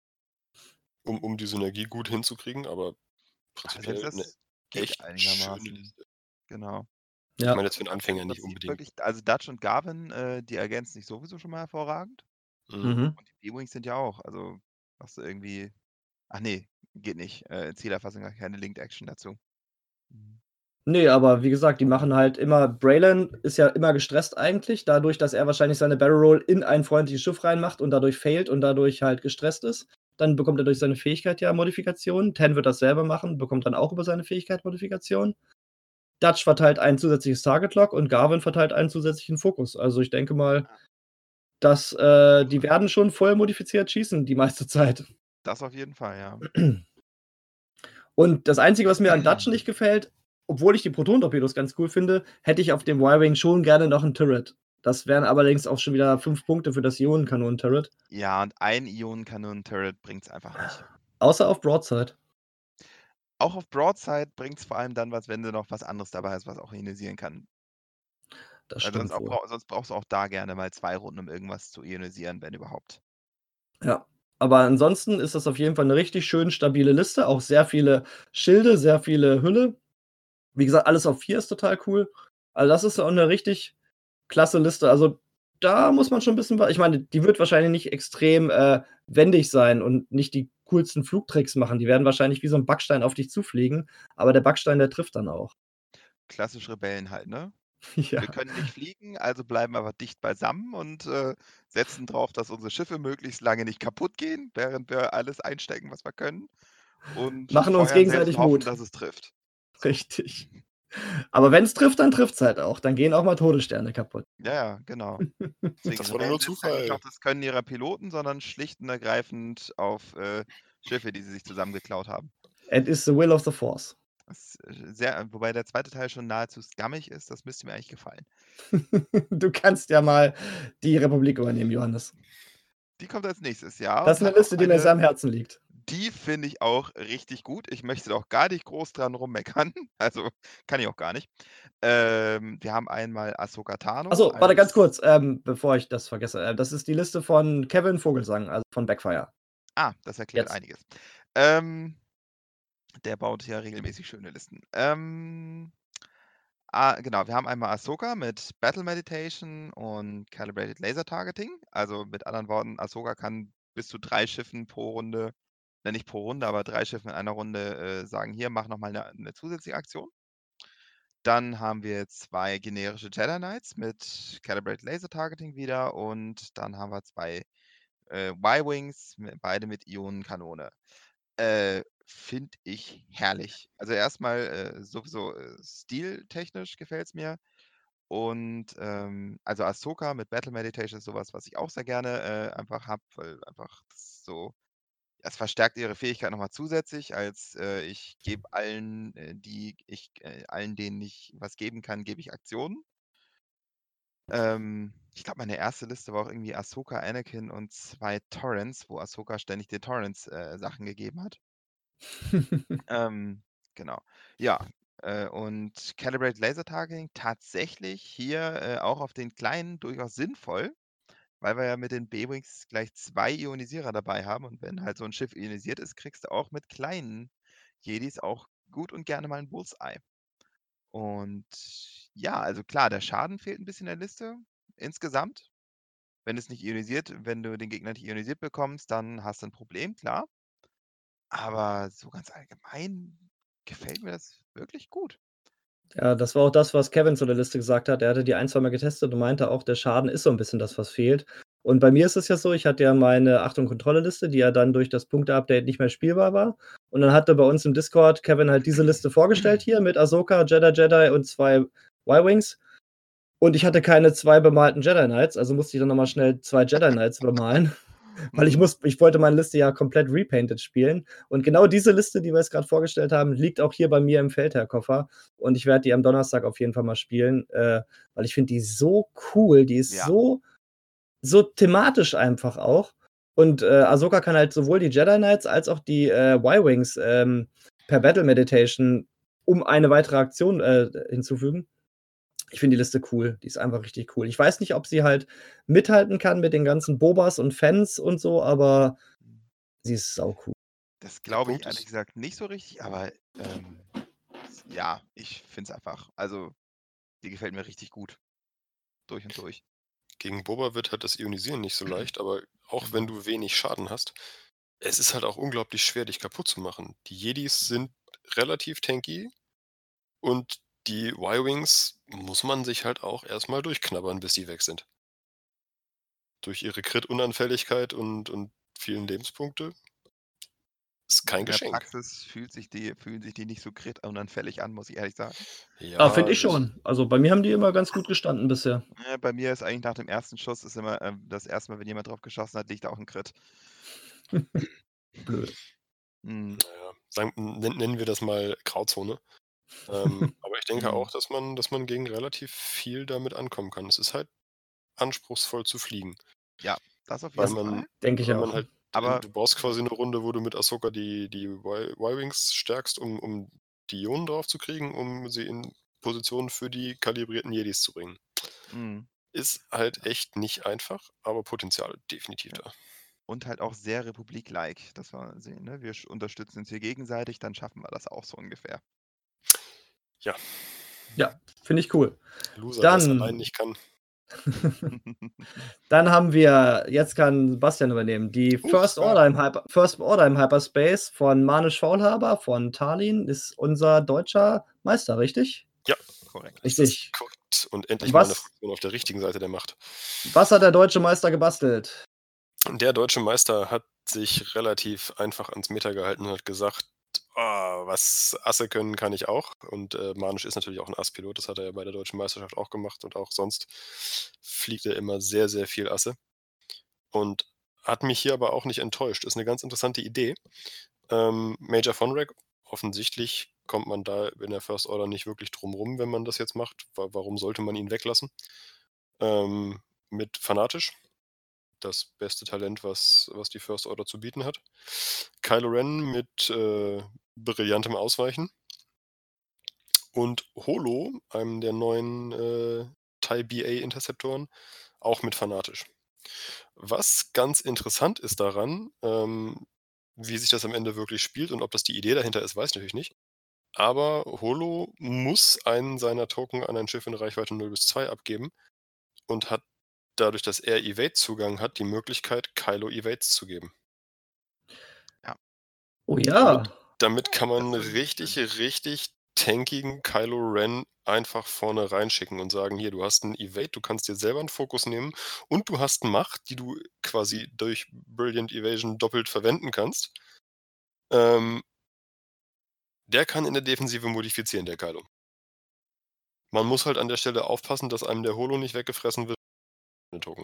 um, um die Synergie gut hinzukriegen, aber prinzipiell selbst eine das geht echt schöne einigermaßen. Liste. Genau. Ich Ja. meine jetzt für einen Anfänger Im nicht Prinzip unbedingt. Wirklich, also Dutch und Garvin, äh, die ergänzen sich sowieso schon mal hervorragend. Mhm. Mhm. Und die B-Wings sind ja auch. Also machst du irgendwie. Ach nee, geht nicht. Äh, in Zielerfassung hat keine Linked Action dazu. Mhm. Nee, aber wie gesagt, die machen halt immer, Braylon ist ja immer gestresst eigentlich, dadurch, dass er wahrscheinlich seine Barrel Roll in ein freundliches Schiff reinmacht und dadurch failt und dadurch halt gestresst ist. Dann bekommt er durch seine Fähigkeit ja Modifikationen. Ten wird das selber machen, bekommt dann auch über seine Fähigkeit Modifikationen. Dutch verteilt ein zusätzliches Target-Lock und Garvin verteilt einen zusätzlichen Fokus. Also ich denke mal, dass äh, die werden schon voll modifiziert schießen die meiste Zeit. Das auf jeden Fall, ja. Und das Einzige, was mir an Dutch nicht gefällt, obwohl ich die Proton-Torpedos ganz cool finde, hätte ich auf dem Y-Wing schon gerne noch ein Turret. Das wären allerdings auch schon wieder fünf Punkte für das Ionenkanonen-Turret. Ja, und ein Ionenkanonen-Turret bringt es einfach nicht. Außer auf Broadside. Auch auf Broadside bringt es vor allem dann was, wenn du noch was anderes dabei hast, was auch ionisieren kann. Das Weil sonst, stimmt auch, wohl. brauch- sonst brauchst du auch da gerne mal zwei Runden, um irgendwas zu ionisieren, wenn überhaupt. Ja. Aber ansonsten ist das auf jeden Fall eine richtig schön stabile Liste. Auch sehr viele Schilde, sehr viele Hülle. Wie gesagt, alles auf vier ist total cool. Also das ist auch eine richtig klasse Liste. Also da muss man schon ein bisschen was. Ich meine, die wird wahrscheinlich nicht extrem äh, wendig sein und nicht die coolsten Flugtricks machen. Die werden wahrscheinlich wie so ein Backstein auf dich zufliegen. Aber der Backstein, der trifft dann auch. Klassisch Rebellen halt, ne? Ja. Wir können nicht fliegen, also bleiben aber dicht beisammen und äh, setzen drauf, dass unsere Schiffe möglichst lange nicht kaputt gehen, während wir alles einstecken, was wir können. Und Machen uns feuern gegenseitig selbst und hoffen, Mut. dass es trifft. Richtig. Aber wenn es trifft, dann trifft es halt auch. Dann gehen auch mal Todessterne kaputt. Ja, ja, genau. Deswegen Das war doch Rebellen nur setzen Zufall. nicht auf das Können ihrer Piloten, sondern schlicht und ergreifend auf äh, Schiffe, die sie sich zusammengeklaut haben. It is the will of the Force. Das ist äh, sehr, wobei der zweite Teil schon nahezu scammig ist, das müsste mir eigentlich gefallen. Du kannst ja mal die Republik übernehmen, Johannes. Die kommt als nächstes Jahr. Das ist und eine hat Liste, auch die mir eine- sehr am Herzen liegt. Die finde ich auch richtig gut. Ich möchte da auch gar nicht groß dran rummeckern. Also kann ich auch gar nicht. Ähm, wir haben einmal Ahsoka Tano. Achso, warte ganz als- kurz, ähm, bevor ich das vergesse. Äh, das ist die Liste von Kevin Vogelsang, also von Backfire. Ah, das erklärt Jetzt. einiges. Ähm, der baut ja regelmäßig schöne Listen. Ähm, ah, genau, wir haben einmal Ahsoka mit Battle Meditation und Calibrated Laser Targeting. Also mit anderen Worten, Ahsoka kann bis zu drei Schiffen pro Runde, ne, nicht pro Runde, aber drei Schiffen in einer Runde äh, sagen, hier, mach nochmal eine, eine zusätzliche Aktion. Dann haben wir zwei generische Jedi Knights mit Calibrated Laser Targeting wieder und dann haben wir zwei äh, Y-Wings, mit- beide mit Ionenkanone. Äh, Finde ich herrlich. Also erstmal äh, sowieso äh, stiltechnisch gefällt es mir. Und ähm, also Ahsoka mit Battle Meditation ist sowas, was ich auch sehr gerne äh, einfach habe, weil einfach das so, es verstärkt ihre Fähigkeit nochmal zusätzlich, als äh, ich gebe allen, äh, die ich, äh, allen, denen ich was geben kann, gebe ich Aktionen. Ähm, ich glaube, meine erste Liste war auch irgendwie Ahsoka, Anakin und zwei Torrents, wo Ahsoka ständig den Torrents äh, Sachen gegeben hat. Ähm, genau. Ja, äh, und Calibrated Laser Targeting tatsächlich hier äh, auch auf den kleinen durchaus sinnvoll, weil wir ja mit den B-Wings gleich zwei Ionisierer dabei haben und wenn halt so ein Schiff ionisiert ist, kriegst du auch mit kleinen Jedis auch gut und gerne mal ein Bullseye. Und ja, also klar, der Schaden fehlt ein bisschen in der Liste insgesamt. Wenn es nicht ionisiert, wenn du den Gegner nicht ionisiert bekommst, dann hast du ein Problem, klar. Aber so ganz allgemein gefällt mir das wirklich gut. Ja, das war auch das, was Kevin zu der Liste gesagt hat. Er hatte die ein, zwei Mal getestet und meinte auch, der Schaden ist so ein bisschen das, was fehlt. Und bei mir ist es ja so, ich hatte ja meine Achtung-Kontrolle-Liste, die ja dann durch das Punkte-Update nicht mehr spielbar war. Und dann hatte bei uns im Discord Kevin halt diese Liste vorgestellt hier mit Ahsoka, Jedi Jedi und zwei Y-Wings. Und ich hatte keine zwei bemalten Jedi Knights, also musste ich dann nochmal schnell zwei Jedi Knights bemalen. Weil ich Mhm. muss, ich wollte meine Liste ja komplett repainted spielen. Und genau diese Liste, die wir jetzt gerade vorgestellt haben, liegt auch hier bei mir im Feldherrkoffer. Und ich werde die am Donnerstag auf jeden Fall mal spielen, äh, weil ich finde die so cool. Die ist Ja. so, so thematisch einfach auch. Und äh, Ahsoka kann halt sowohl die Jedi Knights als auch die äh, Y-Wings ähm, per Battle Meditation um eine weitere Aktion äh, hinzufügen. Ich finde die Liste cool. Die ist einfach richtig cool. Ich weiß nicht, ob sie halt mithalten kann mit den ganzen Bobas und Fans und so, aber sie ist sau cool. Das glaube ich Punkt ehrlich ist- gesagt nicht so richtig, aber ähm, ja, ich finde es einfach, also die gefällt mir richtig gut. Durch und durch. Gegen Boba wird halt das Ionisieren nicht so leicht, aber auch wenn du wenig Schaden hast, es ist halt auch unglaublich schwer, dich kaputt zu machen. Die Jedis sind relativ tanky und die Y-Wings muss man sich halt auch erstmal durchknabbern, bis die weg sind. Durch ihre Crit-Unanfälligkeit und, und vielen Lebenspunkte. Ist kein In der Geschenk. Praxis fühlt sich die, fühlen sich die nicht so crit unanfällig an, muss ich ehrlich sagen. Ja, Ah, finde ich das- schon. Also bei mir haben die immer ganz gut gestanden bisher. Äh, Bei mir ist eigentlich nach dem ersten Schuss ist immer ähm, das erste Mal, wenn jemand drauf geschossen hat, liegt auch ein Crit. Blöd. Hm. Naja, sagen, nen- nennen wir das mal Grauzone. Ähm, aber ich denke Mhm. auch, dass man dass man gegen relativ viel damit ankommen kann. Es ist halt anspruchsvoll zu fliegen. Ja, das auf Weil jeden man Fall. Denke ich weil auch. man halt Aber du brauchst quasi 'ne Runde, wo du mit Ahsoka die die Y Y-Wings stärkst, um um die Ionen drauf zu kriegen, um sie in Position für die kalibrierten Jedis zu bringen. Mhm. Ist halt echt nicht einfach, aber Potenzial definitiv Ja. da. Und halt auch sehr Republik-like, dass wir sehen, ne? Wir sch unterstützen uns hier gegenseitig, dann schaffen wir das auch so ungefähr. Ja. Ja, finde ich cool. Loser, wer's allein Dann nicht kann. dann haben wir jetzt kann Bastian übernehmen, die Huch, First ja. Order im Hyper First Order im Hyperspace von Manish Faulhaber von Tallinn ist unser deutscher Meister, richtig? Ja, Korrekt. das ist Richtig. korrekt und endlich mal 'ne Was Fraktion auf der richtigen Seite der Macht. was hat der deutsche Meister gebastelt? Der deutsche Meister hat sich relativ einfach ans Meta gehalten und hat gesagt: „Ah, was Asse können, kann ich auch." Und, äh, Manish ist natürlich auch 'n Ass-Pilot. Das hat er ja bei der Deutschen Meisterschaft auch gemacht und auch sonst fliegt er immer sehr, sehr viel Asse. Und hat mich hier aber auch nicht enttäuscht. Ist 'ne ganz interessante Idee. Ähm, Major Vonreg, offensichtlich kommt man da in der First Order nicht wirklich drum rum, wenn man das jetzt macht. Wa warum sollte man ihn weglassen? Ähm, mit Fanatisch, das beste Talent, was was die First Order zu bieten hat. Kylo Ren mit, äh, brillantem Ausweichen. Und Holo, einem der neuen, äh, TIE B A-Interceptoren, auch mit Fanatisch. Was ganz interessant ist daran, ähm, wie sich das am Ende wirklich spielt und ob das die Idee dahinter ist, weiß ich natürlich nicht. Aber Holo muss einen seiner Token an ein Schiff in Reichweite null bis zwei abgeben und hat dadurch, dass er Evade-Zugang hat, die Möglichkeit, Kylo Evades zu geben. Ja. Oh Damit ja. damit kann man Das ist richtig, schön. richtig tankigen Kylo Ren einfach vorne reinschicken und sagen: „Hier, du hast 'n Evade, du kannst dir selber 'n Fokus nehmen und du hast Macht, die du quasi durch Brilliant Evasion doppelt verwenden kannst." Ähm der kann in der Defensive modifizieren, der Kylo. Man muss halt an der Stelle aufpassen, dass einem der Holo nicht weggefressen wird mit Token.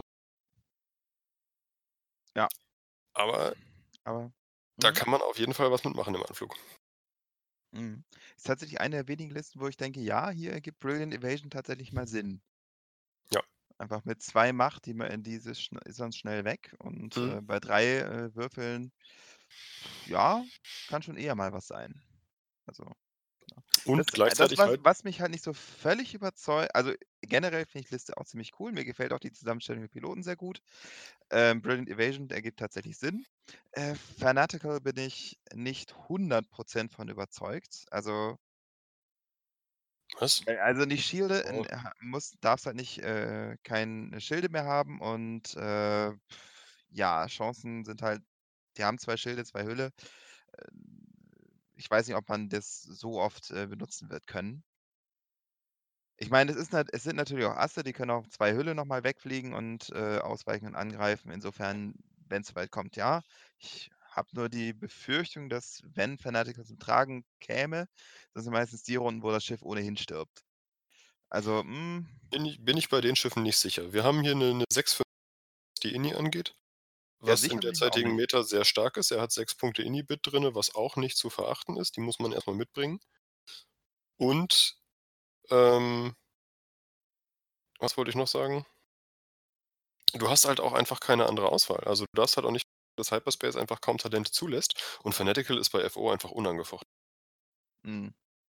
Ja. Aber Aber da mhm. kann man auf jeden Fall was mitmachen im Anflug. Mhm. Ist tatsächlich eine der wenigen Listen, wo ich denke: „Ja, hier ergibt Brilliant Evasion tatsächlich mal Sinn." Ja. Einfach mit zwei Macht, die man in dieses schn ist sonst schnell weg und, Mhm. äh, bei drei äh, Würfeln ja, kann schon eher mal was sein. Also, ja. Und Das äh, das, gleichzeitig was halt was mich halt nicht so völlig überzeu also, generell finde ich die Liste auch ziemlich cool. Mir gefällt auch die Zusammenstellung der Piloten sehr gut. Ähm, Brilliant Evasion ergibt tatsächlich Sinn. Äh, Fanatical bin ich nicht hundert Prozent von überzeugt. Also Was? äh, also nicht Schilde Oh. n ha muss darfst halt nicht, äh, keine Schilde mehr haben und, äh, ja, Chancen sind halt die haben zwei Schilde, zwei Hülle. Ähm, ich weiß nicht, ob man das so oft, äh, benutzen wird können. Ich meine, es ist nat es sind natürlich auch Asse, die können auch zwei Hülle noch mal wegfliegen und, äh, ausweichen und angreifen. Insofern, wenn's so weit kommt, ja. Ich habe nur die Befürchtung, dass, wenn Fanatical zum Tragen käme, das sind meistens die Runden, wo das Schiff ohnehin stirbt. Also, hm Bin ich bin ich bei den Schiffen nicht sicher. Wir haben hier 'ne 'ne sechs fünf, was die Ini angeht, Ja, was im sicher bin ich mir auch derzeitigen nicht. Meta sehr stark ist. Er hat sechs Punkte Ini-Bit drinne, was auch nicht zu verachten ist. Die muss man erst mal mitbringen. Und, ähm was wollte ich noch sagen? Du hast halt auch einfach keine andere Auswahl. Also, du darfst halt auch nicht dass Hyperspace einfach kaum Talente zulässt und Fanatical ist bei F O einfach unangefochten. Mhm.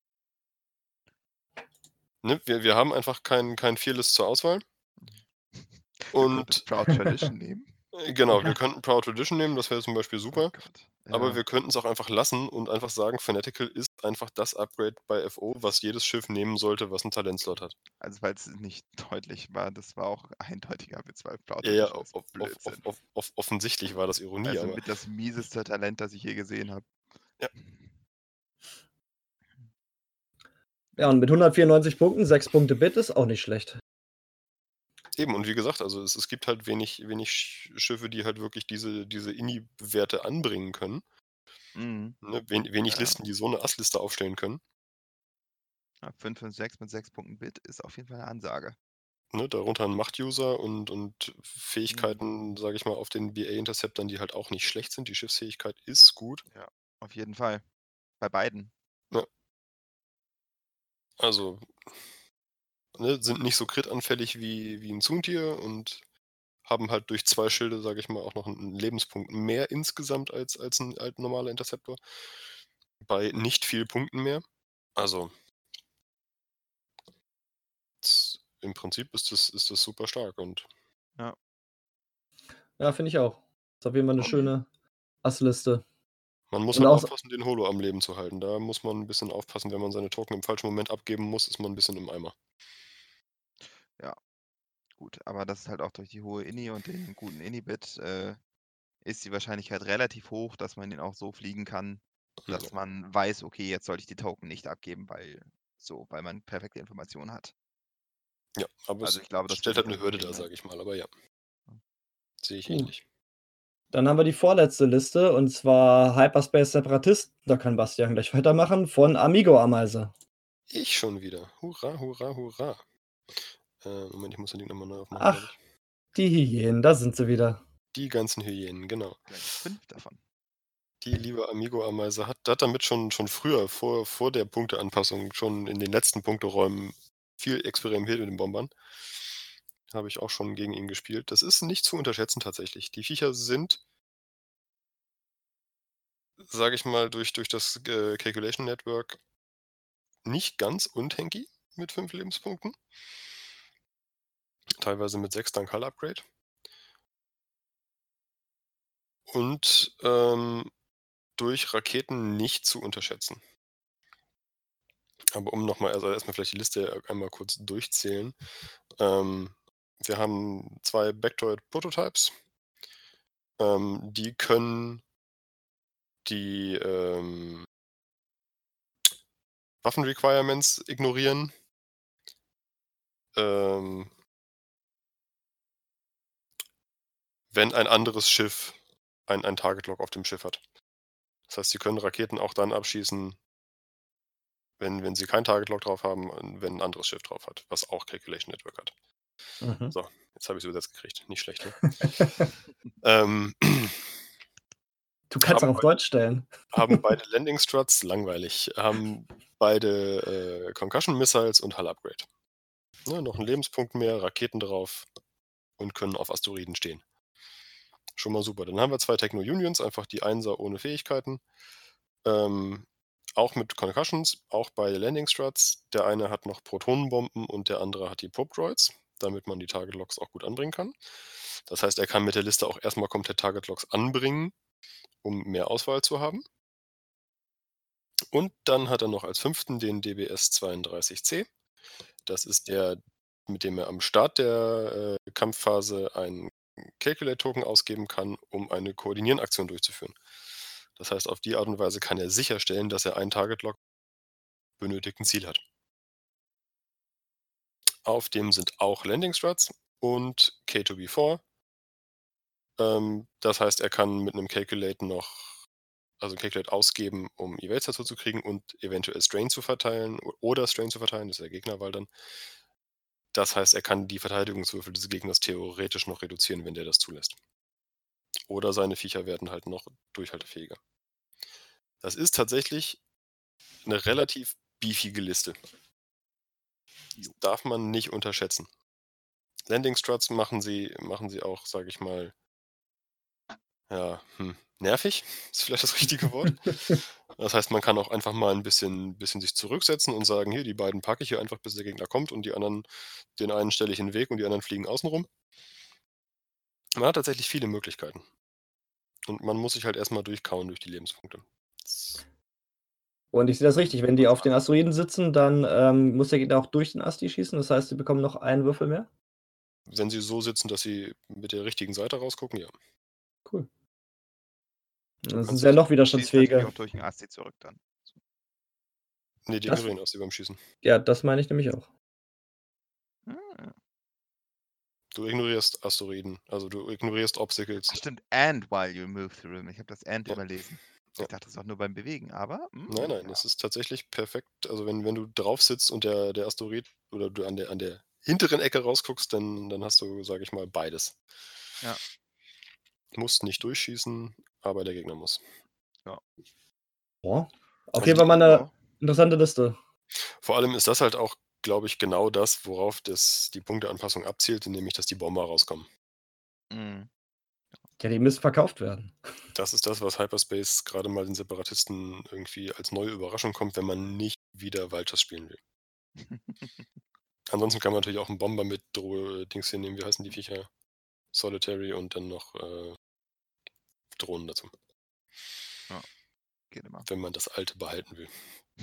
Ne, wir wir haben einfach kein kein Fearless zur Auswahl. Wir könnten Und Proud Tradition nehmen. äh, genau, wir Ja. könnten Proud Tradition nehmen, das wäre zum Beispiel Oh super. Gott, Aber ja. wir könnten's auch einfach lassen und einfach sagen, Fanatical ist einfach das Upgrade bei F O, was jedes Schiff nehmen sollte, was 'n Talentslot hat. Also, weil's nicht deutlich war, das war auch eindeutiger Witz, weil Proud Ja, ja, Tradition ist off off off Blödsinn. off off offensichtlich war das Ironie, Also, aber mit das mieseste Talent, das ich je gesehen habe. Ja. Ja, und mit hundertvierundneunzig Punkten, sechs Punkte Bit ist auch nicht schlecht. Eben, und wie gesagt, also, es es gibt halt wenig wenig Sch Schiffe, die halt wirklich diese diese Ini-Werte anbringen können. Mhm. Ne, wen wenig Ja. Listen, die so 'ne Ass-Liste aufstellen können. Ja, fünf fünf sechs mit sechs Punkten Bit ist auf jeden Fall 'ne Ansage. Ne, darunter 'n Macht-User und und Mhm. Fähigkeiten, sage ich mal, auf den B A-Interceptern, die halt auch nicht schlecht sind. Die Schiffsfähigkeit ist gut. Ja, auf jeden Fall. Bei beiden. Ja. Also, ne, sind nicht so crit-anfällig wie, wie ein Zoontier und haben halt durch zwei Schilde, sage ich mal, auch noch einen Lebenspunkt mehr insgesamt als, als ein alt normaler Interceptor. Bei nicht viel Punkten mehr. Also, z- im Prinzip ist das, ist das super stark und Ja, finde ich auch. Ist auf jeden Fall eine Okay. schöne Assliste. man muss Und halt auch, aufpassen, den Holo am Leben zu halten. Da muss man ein bisschen aufpassen, wenn man seine Token im falschen Moment abgeben muss, ist man ein bisschen im Eimer. Gut, aber das ist halt auch durch die hohe Ini und den guten Inhibit äh, ist die Wahrscheinlichkeit relativ hoch, dass man ihn auch so fliegen kann, Ja. dass man weiß, okay, jetzt sollte ich die Token nicht abgeben, weil so, weil man perfekte Informationen hat. Ja, aber Also es ich glaube, das stellt wird halt nicht eine das Hürde Problem dar, sein. sage ich mal. Aber ja, sehe ich Gut. ähnlich. Dann haben wir die vorletzte Liste, und zwar Hyperspace Separatist. Da kann Bastian gleich weitermachen, von Amigo Ameise. Ich schon wieder. Hurra, hurra, hurra. Äh, Moment, ich muss den Link nochmal neu aufmachen, glaube Ach, ich. die Hyänen, da sind sie wieder. Die ganzen Hyänen, genau. Gleich fünf davon. Die liebe Amigo-Ameise hat, hat damit schon, schon früher, vor, vor der Punkteanpassung, schon in den letzten Punkteräumen viel experimentiert mit den Bombern. Habe ich auch schon gegen ihn gespielt. Das ist nicht zu unterschätzen tatsächlich. Die Viecher sind, sage ich mal, durch, durch das äh, Calculation Network nicht ganz untanky mit fünf Lebenspunkten. Teilweise mit sechs dank Hull-Upgrade. Und ähm, durch Raketen nicht zu unterschätzen. Aber um nochmal, also erstmal vielleicht die Liste einmal kurz durchzählen. Ähm, wir haben zwei Bactoid-Prototypes. Ähm, die können die ähm, Waffen-Requirements ignorieren. Ähm, wenn ein anderes Schiff ein, ein Target-Lock auf dem Schiff hat. Das heißt, sie können Raketen auch dann abschießen, wenn, wenn sie kein Target-Lock drauf haben und wenn ein anderes Schiff drauf hat, was auch Calculation Network hat. Mhm. So, jetzt habe ich es übersetzt gekriegt. Nicht schlecht, ne? ähm, Du kannst auch haben, auf Deutsch stellen. haben beide Landing Struts, langweilig. Haben beide äh, Concussion Missiles und Hull Upgrade. Ne, noch einen Lebenspunkt mehr, Raketen drauf und können auf Asteroiden stehen. Schon mal super. Dann haben wir zwei Techno-Unions, einfach die Einser ohne Fähigkeiten. Ähm, auch mit Concussions, auch beide Landing Struts. Der eine hat noch Protonenbomben und der andere hat die Probe Droids, damit man die Target Locks auch gut anbringen kann. Das heißt, er kann mit der Liste auch erstmal komplett Target Locks anbringen, um mehr Auswahl zu haben. Und dann hat er noch als fünften den D B S zweiunddreißig C. Das ist der, mit dem er am Start der äh, Kampfphase einen Calculate-Token ausgeben kann, um eine Koordinieren-Aktion durchzuführen. Das heißt, auf die Art und Weise kann er sicherstellen, dass er ein Target-Lock benötigten Ziel hat. Auf dem sind auch Landing Struts und K zwei B vier. Ähm, das heißt, er kann mit einem Calculate noch, also Calculate ausgeben, um Evades dazu zu kriegen und eventuell Strain zu verteilen oder Strain zu verteilen, das ist der Gegnerwahl dann. Das heißt, er kann die Verteidigungswürfel des Gegners theoretisch noch reduzieren, wenn der das zulässt. Oder seine Viecher werden halt noch durchhaltefähiger. Das ist tatsächlich eine relativ beefige Liste. Das darf man nicht unterschätzen. Landing Struts machen sie, machen sie auch, sage ich mal, ja, hm, nervig, ist vielleicht das richtige Wort. Das heißt, man kann auch einfach mal ein bisschen, bisschen sich zurücksetzen und sagen, hier, die beiden packe ich hier einfach, bis der Gegner kommt und die anderen, den einen stelle ich in den Weg und die anderen fliegen außenrum. Man hat tatsächlich viele Möglichkeiten. Und man muss sich halt erstmal durchkauen durch die Lebenspunkte. Das- Und ich sehe das richtig, wenn die auf den Asteroiden sitzen, dann ähm, muss der Gegner auch durch den Asti schießen. Das heißt, sie bekommen noch einen Würfel mehr. Wenn sie so sitzen, dass sie mit der richtigen Seite rausgucken, ja. Cool. Das Und sind sehr noch schießt natürlich widerstandsfähige. auch durch den Asti zurück dann. Nee, die Das- ignorieren aus, die beim Schießen. Ja, das meine ich nämlich auch. Ah. Du ignorierst Asteroiden, also du ignorierst Obstacles. Ach, stimmt, and while you move through them. Ich habe das and Ja. überlesen. Ja. Ich dachte, das ist auch nur beim Bewegen, aber. mm, Nein, nein, ja. es ist tatsächlich perfekt. Also wenn, wenn du drauf sitzt und der, der Asteroid oder du an der, an der hinteren Ecke rausguckst, dann, dann hast du, sage ich mal, beides. Ja. Musst nicht durchschießen, aber der Gegner muss. Ja. Auf Also jeden Fall mal eine Ja. interessante Liste. Vor allem ist das halt auch, glaube ich, genau das, worauf das die Punkteanpassung abzielt, nämlich dass die Bomber rauskommen. Mhm. Ja, die müssen verkauft werden. Das ist das, was Hyperspace gerade mal den Separatisten irgendwie als neue Überraschung kommt, wenn man nicht wieder Vultures spielen will. Ansonsten kann man natürlich auch einen Bomber mit Dro Dings hier nehmen, wie heißen die Viecher? Solitary und dann noch äh, Drohnen dazu. Geht immer. Wenn man das alte behalten will.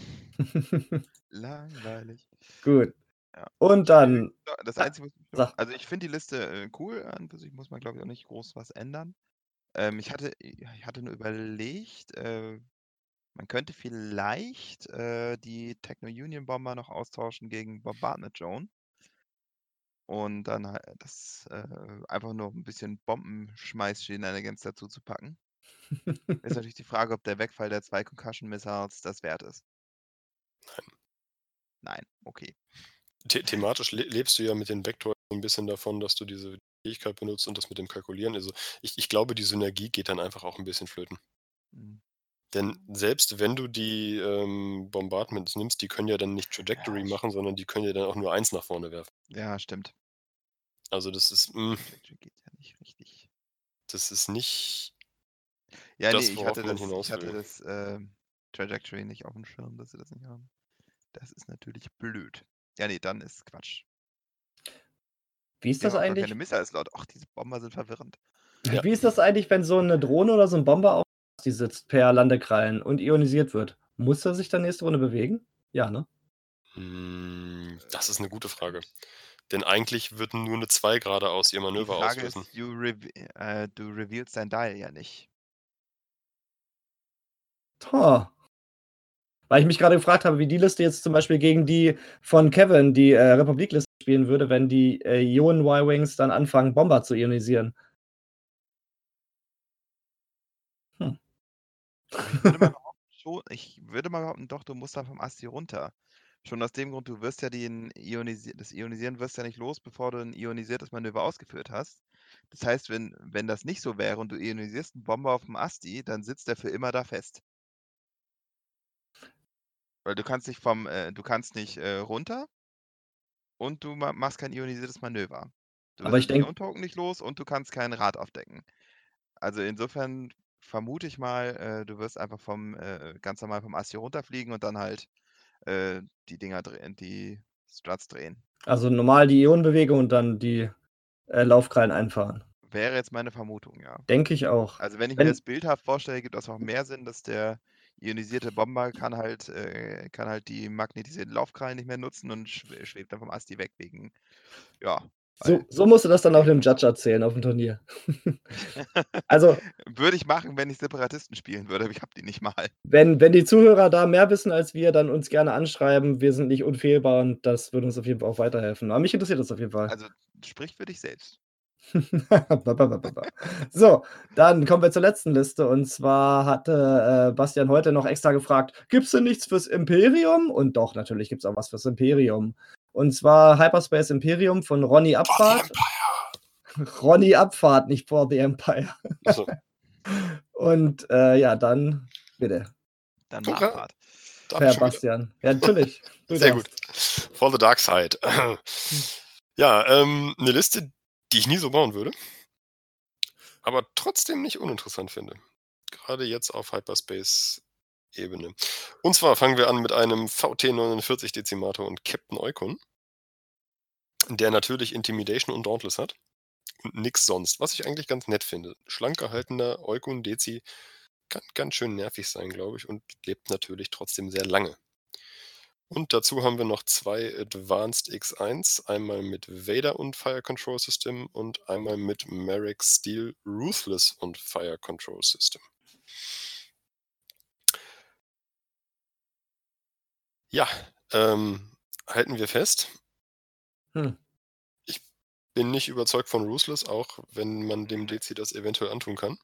Langweilig. Gut. Ja. Und Ich, dann, äh, das Ja, Einzige, was mich noch, sag. also ich finde die Liste äh, cool, an für sich muss man, glaube ich, auch nicht groß was ändern. Ähm, ich hatte, ich hatte nur überlegt, äh, man könnte vielleicht äh, die Techno-Union-Bomber noch austauschen gegen Bombardment Drone. Und dann halt das äh, einfach nur ein bisschen Bombenschmeiß-Shenanigans dazu zu packen. Ist natürlich die Frage, ob der Wegfall der zwei Concussion Missiles das wert ist. Nein. Nein, okay. The thematisch le lebst du ja mit den Vektoren so ein bisschen davon, dass du diese Fähigkeit benutzt und das mit dem Kalkulieren. Also ich, ich glaube, die Synergie geht dann einfach auch ein bisschen flöten. Mhm. Denn selbst wenn du die ähm, Bombardments nimmst, die können ja dann nicht Trajectory Ja, machen, sondern die können ja dann auch nur eins nach vorne werfen. Ja, stimmt. Also das ist, mh, Trajectory geht ja nicht richtig. das ist nicht Ja, das, nee, ich worauf hatte man das, ich hinaus hatte will. das äh, Trajectory nicht auf dem Schirm, dass sie das nicht haben. Das ist natürlich blöd. Ja, nee, dann ist Quatsch. Wie ist Die haben das auch gar keine eigentlich? Missile-Slot. Ach, diese Bomber sind verwirrend. Ja. Wie ist das eigentlich, wenn so eine Drohne oder so ein Bomber auf die sitzt per Landekrallen und ionisiert wird? Muss er sich dann nächste Runde bewegen? Ja, ne? Hm, das ist eine gute Frage. Denn eigentlich würden nur eine zwei geradeaus ihr Die Manöver Frage auslösen. ist, du, reve äh, du revealst dein Dial ja nicht. Ha. Weil ich mich gerade gefragt habe, wie die Liste jetzt zum Beispiel gegen die von Kevin, die äh, Republik-Liste, spielen würde, wenn die äh, Ionen-Y-Wings dann anfangen, Bomber zu ionisieren. Hm. Also ich würde mal behaupten, schon, ich würde mal behaupten, doch, du musst dann vom Asti runter. Schon aus dem Grund, du wirst ja den Ionisi das Ionisieren wirst ja nicht los, bevor du ein ionisiertes Manöver ausgeführt hast. Das heißt, wenn, wenn das nicht so wäre und du ionisierst einen Bomber auf dem Asti, dann sitzt der für immer da fest. Weil du kannst nicht vom, äh, du kannst nicht äh, runter und du ma machst kein ionisiertes Manöver. Du Aber wirst ich den denke, Ion-Token nicht los und du kannst kein Rad aufdecken. Also insofern vermute ich mal, äh, du wirst einfach vom äh, ganz normal vom Asti runterfliegen und dann halt äh, die Dinger drehen, die Struts drehen. also normal die Ionenbewegung und dann die äh, Laufkrallen einfahren. Wäre jetzt meine Vermutung, ja. Denke ich auch. Also wenn ich mir Wenn, das bildhaft vorstelle, gibt das auch mehr Sinn, dass der ionisierte Bomber kann halt, äh, kann halt die magnetisierten Laufkrallen nicht mehr nutzen und schw schwebt dann vom Asti weg wegen, ja, so, weil so musst du das dann auch dem Judge erzählen auf dem Turnier. Also, würde ich machen, wenn ich Separatisten spielen würde, aber ich habe die nicht mal. wenn, wenn die Zuhörer da mehr wissen als wir, dann uns gerne anschreiben. Wir sind nicht unfehlbar und das würde uns auf jeden Fall auch weiterhelfen. Aber mich interessiert das auf jeden Fall. Also sprich für dich selbst. So, dann kommen wir zur letzten Liste. Und zwar hatte äh, Bastian heute noch extra gefragt: Gibt es denn nichts fürs Imperium? Und doch, natürlich gibt es auch was fürs Imperium. Und zwar Hyperspace Imperium von Ronny Abfahrt. Ronny Abfahrt, nicht For the Empire. Also, Und äh, ja, dann bitte, Dann Hurra. Nachfahrt. darf Herr ich schon wieder? Bastian. Ja, natürlich. Du Sehr darfst. gut. For the Dark Side. Ja, ähm, eine Liste, die ich nie so bauen würde, aber trotzdem nicht uninteressant finde. Gerade jetzt auf Hyperspace-Ebene. Und zwar fangen wir an mit einem V T neunundvierzig Dezimator und Captain Eukon, der natürlich Intimidation und Dauntless hat und nix sonst, was ich eigentlich ganz nett finde. Schlank gehaltener Eukon Dezi kann ganz schön nervig sein, glaube ich, und lebt natürlich trotzdem sehr lange. Und dazu haben wir noch zwei Advanced X eins, einmal mit Vader und Fire Control System und einmal mit Merrick Steel Ruthless und Fire Control System. Ja, ähm, halten wir fest. Hm. Ich bin nicht überzeugt von Ruthless, auch wenn man dem Dezi das eventuell antun kann.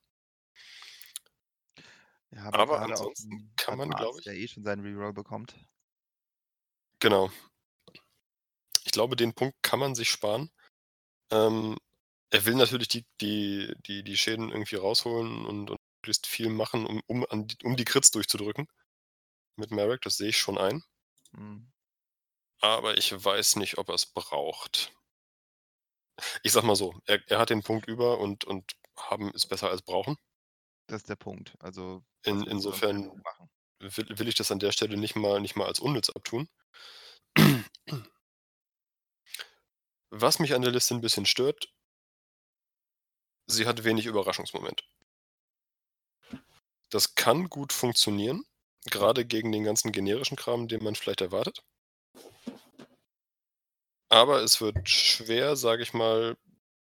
Ja, aber, Aber gerade auf ansonsten dem kann man, glaube Advanced, ich, der eh schon seinen Reroll bekommt. genau. Ich glaube, den Punkt kann man sich sparen. Ähm, er will natürlich die, die, die, die Schäden irgendwie rausholen und, und möglichst viel machen, um, um, an die, um die Crits durchzudrücken. Mit Merrick, das sehe ich schon ein. Hm. aber ich weiß nicht, ob er es braucht. Ich sag mal so, er, er hat den Punkt über und, und haben ist besser als brauchen. Das ist der Punkt. Also, In, was willst du sonst insofern noch machen? will, will ich das an der Stelle nicht mal, nicht mal als unnütz abtun. Was mich an der Liste ein bisschen stört, sie hat wenig Überraschungsmoment. Das kann gut funktionieren, gerade gegen den ganzen generischen Kram, den man vielleicht erwartet. Aber es wird schwer, sage ich mal,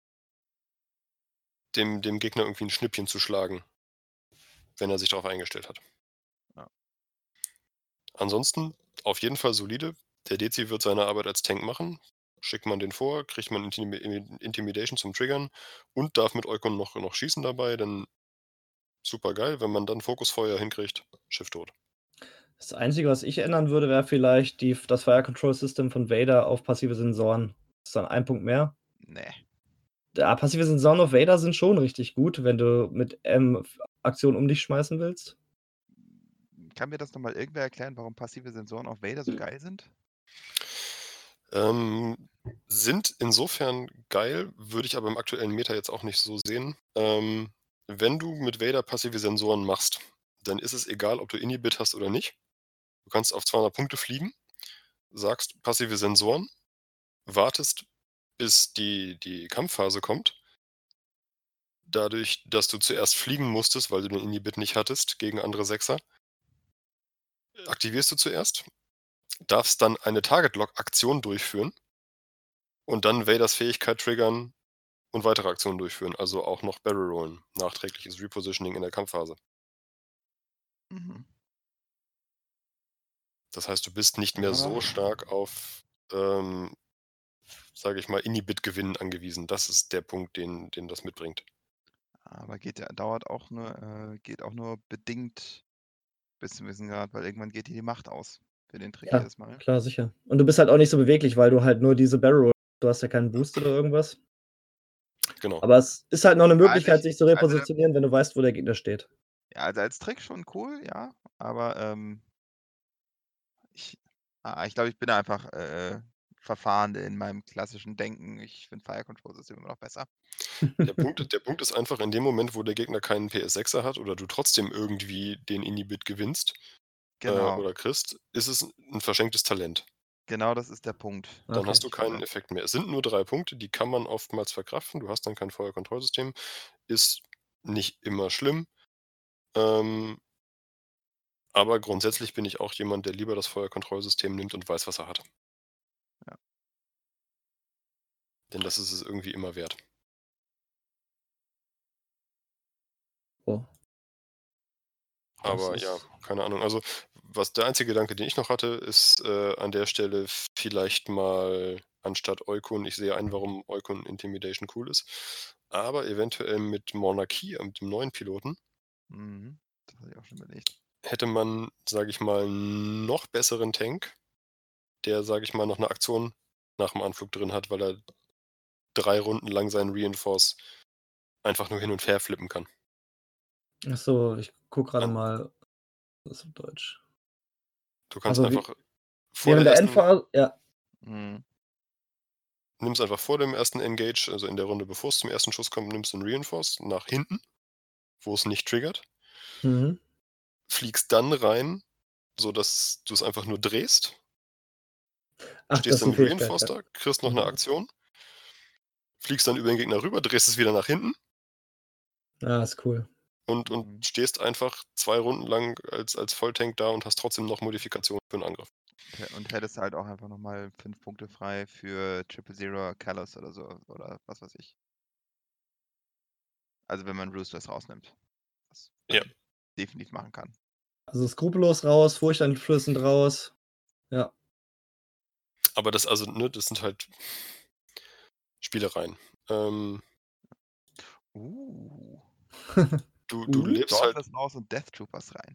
dem, dem Gegner irgendwie ein Schnippchen zu schlagen, wenn er sich darauf eingestellt hat. Ja. Ansonsten auf jeden Fall solide. Der Dezi wird seine Arbeit als Tank machen. Schickt man den vor, kriegt man Intimi- Intimidation zum Triggern und darf mit Eukon noch, noch schießen dabei, dann super geil. Wenn man dann Fokusfeuer hinkriegt, Schiff tot. Das Einzige, was ich ändern würde, wäre vielleicht die, das Fire Control System von Vader auf passive Sensoren. Das ist dann ein Punkt mehr. Nee. Ja, passive Sensoren auf Vader sind schon richtig gut, wenn du mit M Aktionen um dich schmeißen willst. Kann mir das nochmal irgendwer erklären, warum passive Sensoren auf Vader so geil sind? Ähm, sind insofern geil, würde ich aber im aktuellen Meta jetzt auch nicht so sehen. Ähm, wenn du mit Vader passive Sensoren machst, dann ist es egal, ob du Inhibit hast oder nicht. Du kannst auf zweihundert Punkte fliegen, sagst passive Sensoren, wartest, bis die, die Kampfphase kommt. Dadurch, dass du zuerst fliegen musstest, weil du den Inhibit nicht hattest gegen andere Sechser, aktivierst du zuerst, darfst dann eine Target-Lock-Aktion durchführen und dann Vaders Fähigkeit triggern und weitere Aktionen durchführen, also auch noch Barrel Rollen, nachträgliches Repositioning in der Kampfphase. Mhm. Das heißt, du bist nicht mehr so Aber- stark auf, ähm, sage ich mal, Inhibit-Gewinnen angewiesen. Das ist der Punkt, den, den das mitbringt. Aber geht ja, dauert auch nur, äh, geht auch nur bedingt bis zum gewissen Grad, weil irgendwann geht dir die Macht aus für den Trick Ja, jedes Mal. klar, sicher. Und du bist halt auch nicht so beweglich, weil du halt nur diese Barrel Roll, du hast ja keinen Boost oder irgendwas. Genau. Aber es ist halt noch eine Also Möglichkeit, ich- sich zu also der- repositionieren, wenn du weißt, wo der Gegner steht. Ja, also als Trick schon cool, ja, aber ähm, ich, ah, ich glaube, ich bin da einfach äh, verfahren in meinem klassischen Denken. Ich finde Fire Control System immer noch besser. Der Punkt, der Punkt ist einfach, in dem Moment, wo der Gegner keinen P S sechser hat oder du trotzdem irgendwie den Inhibit gewinnst äh, Genau, oder kriegst, ist es ein verschenktes Talent. genau das ist der Punkt. Dann Okay. hast du keinen Effekt mehr. Es sind nur drei Punkte, die kann man oftmals verkraften. Du hast dann kein Feuerkontrollsystem. Ist nicht immer schlimm. Ähm, aber grundsätzlich bin ich auch jemand, der lieber das Feuerkontrollsystem nimmt und weiß, was er hat. Ja. Denn das ist es irgendwie immer wert. Oh. Das Aber ist- ja, keine Ahnung. Also, was der einzige Gedanke, den ich noch hatte, ist äh, an der Stelle vielleicht mal anstatt Eukun, ich sehe ein, warum Eukun Intimidation cool ist, aber eventuell mit Monarchie, mit dem neuen Piloten, Mhm. Das hatte ich auch schon überlegt. hätte man, sage ich mal, einen noch besseren Tank, der, sage ich mal, noch eine Aktion nach dem Anflug drin hat, weil er drei Runden lang seinen Reinforce einfach nur hin und her flippen kann. Achso, ich gucke gerade An- mal. Das ist auf Deutsch. Du kannst Also wie- einfach vor Während der der ersten, Endphase, ja. Mhm. nimmst einfach vor dem ersten Engage, also in der Runde, bevor es zum ersten Schuss kommt, nimmst du einen Reinforce nach hinten, wo es nicht triggert, Mhm. fliegst dann rein, sodass du es einfach nur drehst, Ach, das stehst ist dann die mit Fähigkeit. Reinforce Ja. da, kriegst noch Mhm. eine Aktion, fliegst dann über den Gegner rüber, drehst es wieder nach hinten Ah, ist cool. und, Mhm. und stehst einfach zwei Runden lang als, als Volltank da und hast trotzdem noch Modifikationen für einen Angriff. Und- Und hättest halt auch einfach nochmal fünf Punkte frei für Triple Zero Callus oder so, oder was weiß ich. Also wenn man Roosters rausnimmt. Was man Ja. definitiv machen kann. Also skrupellos raus, furchteinflößend raus. Ja. Aber das, also, ne, das sind halt Spielereien. Ähm, Uh. du, du Uh. lebst halt. Dauntless raus und Death Troopers rein.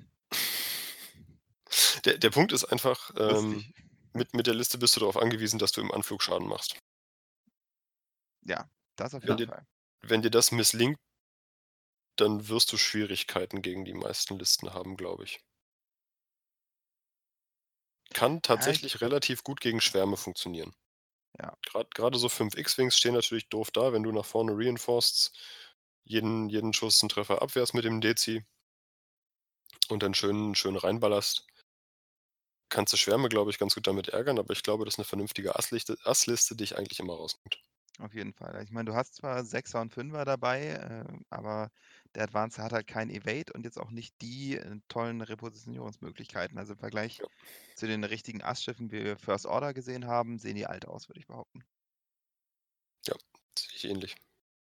Der, der Punkt ist einfach, ähm, Lustig. mit, mit der Liste bist du darauf angewiesen, dass du im Anflug Schaden machst. Ja, das auf Wenn jeden dir, Fall. wenn dir das misslingt, dann wirst du Schwierigkeiten gegen die meisten Listen haben, glaube ich. kann Ja, ich tatsächlich relativ gut gegen Schwärme funktionieren. Ja. Grad grade so fünf X-Wings stehen natürlich doof da, wenn du nach vorne reinforcest, jeden jeden Schuss 'n Treffer abwehrst mit dem Dezi und dann schön schön reinballerst. Kannst du Schwärme, glaube ich, ganz gut damit ärgern, aber ich glaube, dass 'ne vernünftige Assliste Assliste dich eigentlich immer rausnimmt. Auf jeden Fall. Ich meine, du hast zwar Sechser und Fünfer dabei, äh, aber der Advancer hat halt kein Evade und jetzt auch nicht die, äh, tollen Repositionierungsmöglichkeiten. Also, im Vergleich Ja. zu den richtigen Assschiffen, wie wir First Order gesehen haben, sehen die alt aus, würde ich behaupten. Ja, sehe ich ähnlich.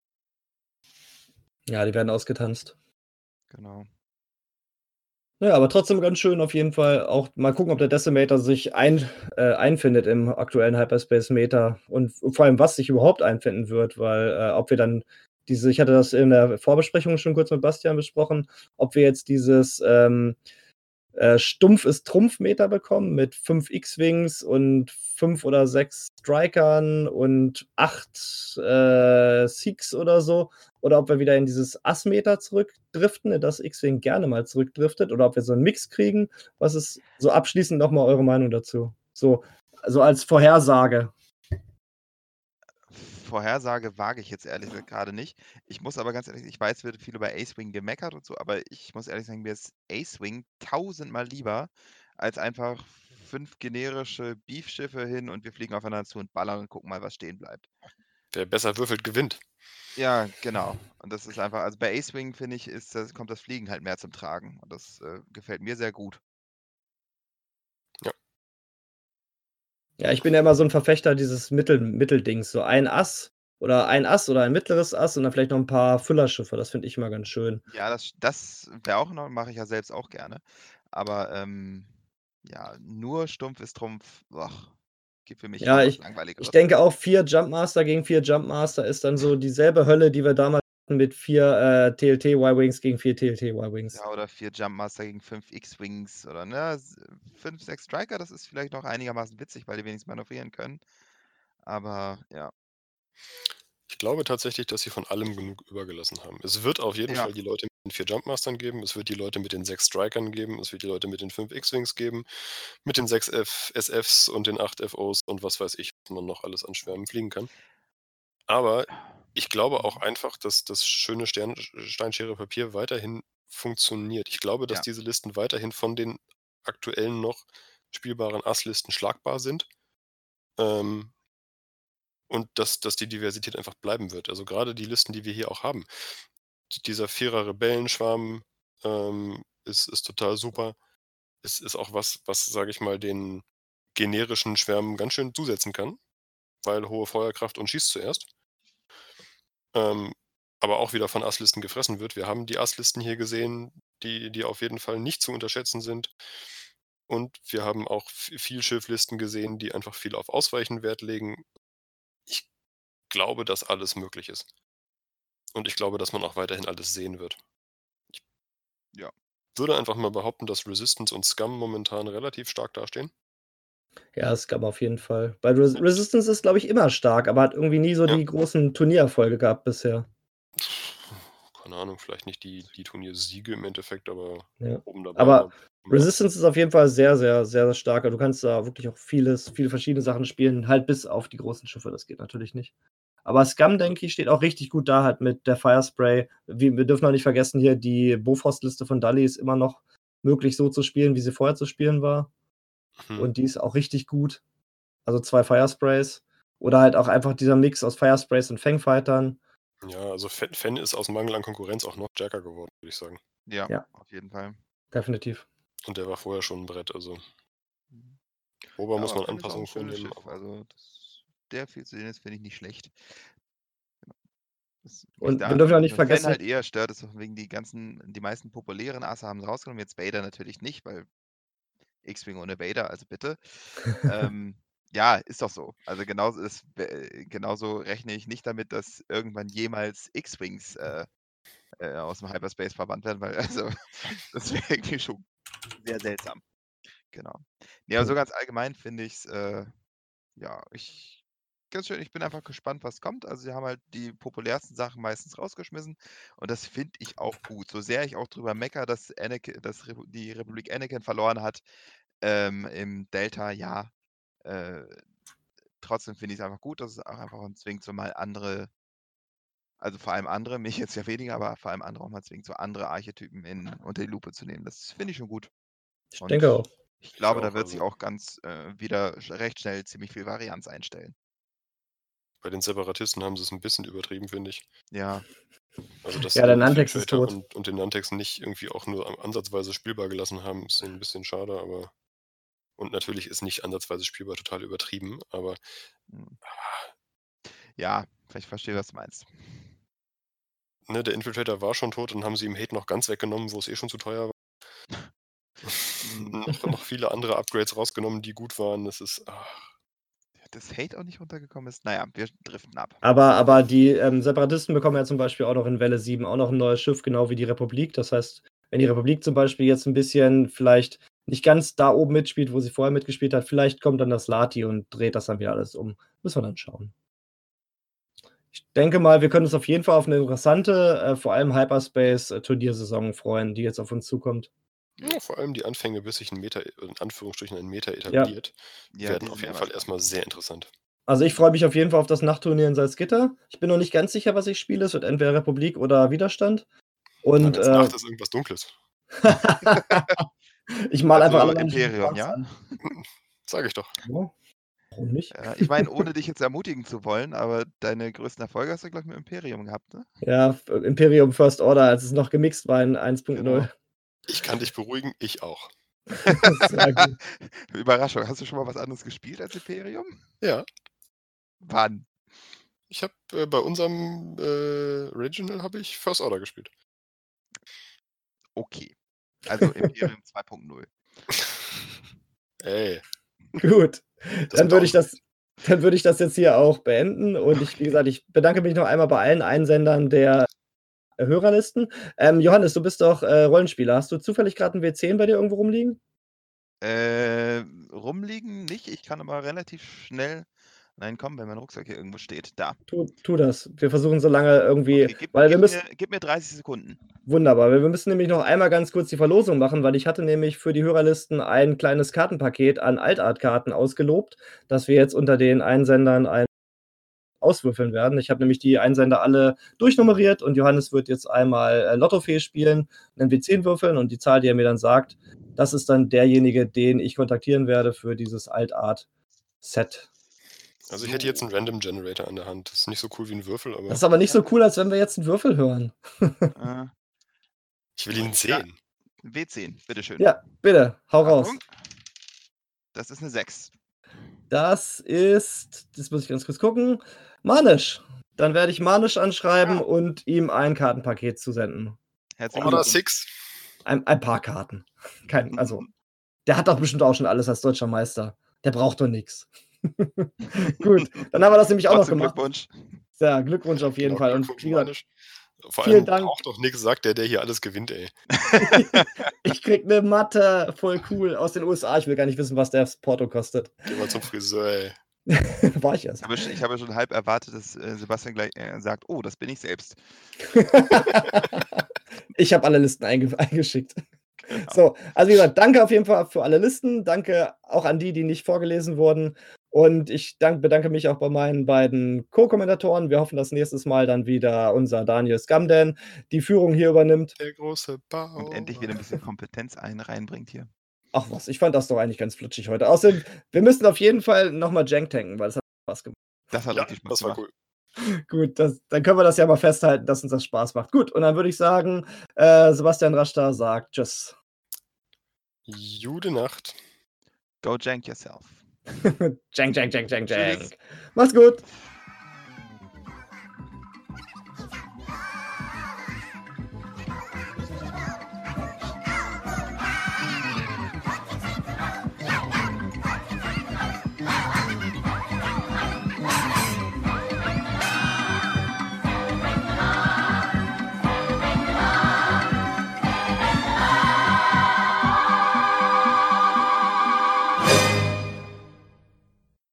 Ja, die werden ausgetanzt. Genau. Ja, aber trotzdem ganz schön auf jeden Fall. Auch mal gucken, ob der Decimator sich ein äh, einfindet im aktuellen Hyperspace-Meta und vor allem, was sich überhaupt einfinden wird, weil, äh, ob wir dann diese ich hatte das in der Vorbesprechung schon kurz mit Bastian besprochen, ob wir jetzt dieses, ähm, äh, Stumpf ist Trumpf-Meta bekommen mit fünf X-Wings und fünf oder sechs Strikern und acht äh, Sikhs oder so, oder ob wir wieder in dieses Ass-Meta zurückdriften, in das X-Wing gerne mal zurückdriftet, oder ob wir so 'n Mix kriegen. Was ist so abschließend noch mal eure Meinung dazu? So so als Vorhersage. Vorhersage wage ich jetzt ehrlich gesagt grade nicht. Ich muss aber ganz ehrlich ich weiß, wird viel über Ace-Wing gemeckert und so, aber ich muss ehrlich sagen, mir ist Ace-Wing tausendmal lieber als einfach fünf generische Beef-Schiffe hin und wir fliegen aufeinander zu und ballern und gucken mal, was stehen bleibt. Wer besser würfelt, gewinnt. Ja, genau. Und das ist einfach also, bei Ace-Wing, finde ich, ist das kommt das Fliegen halt mehr zum Tragen und das, äh, gefällt mir sehr gut. Ja. Ja, ich bin ja immer so 'n Verfechter dieses Mittel Mitteldings, so ein Ass oder ein Ass oder ein mittleres Ass und dann vielleicht noch 'n paar Füllerschiffe. Das finde ich immer ganz schön. Ja, das das wäre auch noch mache ich ja selbst auch gerne. Aber, ähm, ja, nur Stumpf ist Trumpf, gibt für mich Ja, kaum was ich ich Langweiligeres. denke auch vier Jumpmaster gegen vier Jumpmaster ist dann so dieselbe Hölle, die wir damals hatten mit vier, äh, T L T Y-Wings gegen vier T L T Y-Wings. Ja, oder vier Jumpmaster gegen fünf X-Wings oder, ne, s fünf, sechs Striker, das ist vielleicht noch einigermaßen witzig, weil die wenigstens manövrieren können. Aber ja. Ich glaube tatsächlich, dass sie von allem genug übergelassen haben. Es wird auf jeden Ja. Fall die Leute mit den vier Jumpmastern geben, es wird die Leute mit den sechs Strikern geben, es wird die Leute mit den fünf X-Wings geben, mit den sechs F S Fs und den acht F Os und was weiß ich, was man noch alles an Schwärmen fliegen kann. Aber ich glaube auch Mhm. einfach, dass das schöne Stern Stein, Schere, Papier weiterhin funktioniert. Ich glaube, dass Ja. diese Listen weiterhin von den aktuellen noch spielbaren Asslisten schlagbar sind. Ähm und dass dass die Diversität einfach bleiben wird. Also, grade die Listen, die wir hier auch haben. D dieser Vierer Rebellenschwarm, ähm, ist ist total super. Es ist auch was, was, sage ich mal, den generischen Schwärmen ganz schön zusetzen kann, weil hohe Feuerkraft und schießt zuerst. Ähm, aber auch wieder von Asslisten gefressen wird. Wir haben die Asslisten hier gesehen, die die auf jeden Fall nicht zu unterschätzen sind. Und wir haben auch v viel Schifflisten gesehen, die einfach viel auf Ausweichen Wert legen. Ich glaube, dass alles möglich ist. Und ich glaube, dass man auch weiterhin alles sehen wird. Ich Ja. würde einfach mal behaupten, dass Resistance und Scum momentan relativ stark dastehen. Ja, Scum auf jeden Fall. Bei Res Resistance ist, glaube ich, immer stark, aber hat irgendwie nie so Ja. die großen Turniererfolge gehabt bisher. Keine Ahnung, vielleicht nicht die die Turniersiege im Endeffekt, aber Ja. oben dabei Aber immer. Resistance ist auf jeden Fall sehr, sehr, sehr stark. Du kannst da wirklich auch vieles viele verschiedene Sachen spielen, halt bis auf die großen Schiffe, das geht natürlich nicht. Aber Scum, denke ich, steht auch richtig gut da halt mit der Firespray. Wie wir dürfen auch nicht vergessen hier, die Bofrost-Liste von Dully ist immer noch möglich, so zu spielen, wie sie vorher zu spielen war. Mhm. Und die ist auch richtig gut. Also, zwei Firesprays oder halt auch einfach dieser Mix aus Firesprays und Fangfightern. Ja, also Fen Fen ist aus Mangel an Konkurrenz auch noch stärker geworden, würde ich sagen. Ja, Ja. auf jeden Fall. Definitiv. Und der war vorher schon 'n Brett, also Mhm. Ober Ja, muss aber man Fen ist auch 'n Anpassungen schönes vornehmen, Schiff. aber Also, das der viel zu sehen ist, finde ich nicht schlecht. Genau. Was mich Und da wir dürfen auch an nicht bei Fen vergessen halt eher stört, ist von wegen die ganzen die meisten populären Asse haben sie rausgenommen, jetzt Vader natürlich nicht, weil X-Wing ohne Vader, also bitte. Ähm, ja, ist doch so. Also, genauso ist äh, genauso rechne ich nicht damit, dass irgendwann jemals X-Wings, äh, äh, aus'm Hyperspace verbannt werden, weil also, das wäre irgendwie schon sehr seltsam. Genau. Ne, aber so Ja. ganz allgemein finde ich's, äh, ja, ich ganz schön, ich bin einfach gespannt, was kommt. Also, sie haben halt die populärsten Sachen meistens rausgeschmissen und das finde ich auch gut. So sehr ich auch drüber meckere, dass Anakin dass Repu die Republik Anakin verloren hat, ähm, im Delta, ja. Äh, trotzdem finde ich es einfach gut, dass es auch einfach zwingt, so mal andere, also vor allem andere, mich jetzt ja weniger, aber vor allem andere auch mal zwingt, so andere Archetypen in, unter die Lupe zu nehmen. Das finde ich schon gut. Ich Und denke auch. ich glaube, Ich da auch, wird sich also- auch ganz äh, wieder sch- recht schnell ziemlich viel Varianz einstellen. Bei den Separatisten haben sie es ein bisschen übertrieben, finde ich. Ja, Also, dass Ja, sie der den Nantex ist Infiltrator tot. und, und den Nantex nicht irgendwie auch nur am- ansatzweise spielbar gelassen haben, ist so ein bisschen schade, aber. Und natürlich ist nicht ansatzweise spielbar total übertrieben, aber hm. ja, ich verstehe, was du meinst. ne, der Infiltrator war schon tot und haben sie ihm Hate noch ganz weggenommen, wo es eh schon zu teuer war. Hm. noch, noch viele andere Upgrades rausgenommen, die gut waren. Das ist. Ach, Das Hate auch nicht runtergekommen ist. Naja, wir driften ab. Aber, aber die ähm, Separatisten bekommen ja zum Beispiel auch noch in Welle sieben auch noch ein neues Schiff, genau wie die Republik. Das heißt, wenn die Republik zum Beispiel jetzt ein bisschen vielleicht nicht ganz da oben mitspielt, wo sie vorher mitgespielt hat, vielleicht kommt dann das Lati und dreht das dann wieder alles um. Müssen wir dann schauen. Ich denke mal, wir können uns auf jeden Fall auf eine interessante, äh, vor allem Hyperspace-Turniersaison freuen, die jetzt auf uns zukommt. ja, vor allem die Anfänge, bis sich ein Meter, in Anführungsstrichen ein Meter Ja. etabliert, Ja, werden die auf sind jeden aber Fall spannend. erstmal sehr interessant. Also ich freue mich auf jeden Fall auf das Nachtturnier in Salzgitter. Ich bin noch nicht ganz sicher, was ich spiele. Es wird entweder Republik oder Widerstand. Na, Und wenn's äh, Nacht ist, irgendwas Dunkles. ich mal einfach Also alle meine Imperium, Schwarz ja? an. Sag ich doch. Ja, warum nicht? Äh, ich meine, ohne dich jetzt ermutigen zu wollen, aber deine größten Erfolge hast du, glaube ich, mit Imperium gehabt, ne? Ja, F- Imperium First Order, als es noch gemixt war in eins Punkt null. Genau. Ich kann dich beruhigen, ich auch. Sehr gut. Überraschung, hast du schon mal was anderes gespielt als Imperium? Ja, Wann? ich habe äh, bei unserem äh, Regional habe ich First Order gespielt. Okay. Also Imperium zwei Punkt null. Ey, Gut. das Dann würde ich Down- das, dann würde ich das jetzt hier auch beenden. Und ich, wie gesagt, ich bedanke mich noch einmal bei allen Einsendern der äh, Hörerlisten. Ähm, Johannes, du bist doch äh, Rollenspieler. Hast du zufällig gerade ein W zehn bei dir irgendwo rumliegen? Äh, rumliegen nicht. Ich kann aber relativ schnell. Nein, komm, wenn mein Rucksack hier irgendwo steht. Da. Tu, tu das. Wir versuchen so lange irgendwie, Okay, gib, weil wir gib, müssen, mir, gib mir dreißig Sekunden. wunderbar, weil wir müssen nämlich noch einmal ganz kurz die Verlosung machen, weil ich hatte nämlich für die Hörerlisten ein kleines Kartenpaket an Altart-Karten ausgelobt, das wir jetzt unter den Einsendern ein auswürfeln werden. Ich habe nämlich die Einsender alle durchnummeriert und Johannes wird jetzt einmal äh, Lottofee spielen, einen W zehn würfeln und die Zahl, die er mir dann sagt, das ist dann derjenige, den ich kontaktieren werde für dieses Altart-Set. Also ich hätte jetzt einen Random Generator an der Hand. Das ist nicht so cool wie ein Würfel, aber Das ist aber nicht so cool, als wenn wir jetzt einen Würfel hören. Äh, ich will ihn Ja. sehen. W zehn, bitteschön. Ja, bitte, hau raus. Achtung. Das ist eine sechs. Das ist, das muss ich ganz kurz gucken, Manisch. Dann werde ich Manisch anschreiben Ja. und ihm ein Kartenpaket zusenden. Herzlichen Order Glückwunsch. Six. Ein, ein paar Karten. Kein, also, der hat doch bestimmt auch schon alles als deutscher Meister. Der braucht doch nichts. Gut, dann haben wir das nämlich auch noch Trotzdem gemacht. Glückwunsch. Ja, Glückwunsch auf jeden Genau, Fall. Und Glückwunsch, wie gesagt, Manisch. Vor vielen allem Dank. braucht doch nichts, sagt der, der hier alles gewinnt, ey. ich krieg eine Matte, voll cool, aus den U S A. Ich will gar nicht wissen, was der Porto kostet. Geh mal zum Friseur, ey. War ich erst. Aber ich, ich habe schon halb erwartet, dass äh, Sebastian gleich äh, sagt, oh, das bin ich selbst. ich habe alle Listen einge eingeschickt. Genau. So, also wie gesagt, danke auf jeden Fall für alle Listen. Danke auch an die, die nicht vorgelesen wurden. Und ich dank, bedanke mich auch bei meinen beiden Co-Kommentatoren. Wir hoffen, dass nächstes Mal dann wieder unser Daniel Scamden die Führung hier übernimmt. Der große Bau. Und endlich wieder ein bisschen Kompetenz ein, reinbringt hier. Ach was, ich fand das doch eigentlich ganz flutschig heute. Außerdem, wir müssen auf jeden Fall nochmal Jank tanken, weil es hat Spaß gemacht. Das hat Ja, richtig Spaß das war gemacht. cool. Gut, das, dann können wir das ja mal festhalten, dass uns das Spaß macht. Gut, und dann würde ich sagen, äh, Sebastian Raschtar sagt Tschüss. Gute Nacht. Go jank yourself. Jank, jank, jank, jank, jank. Tschüss. Macht's gut.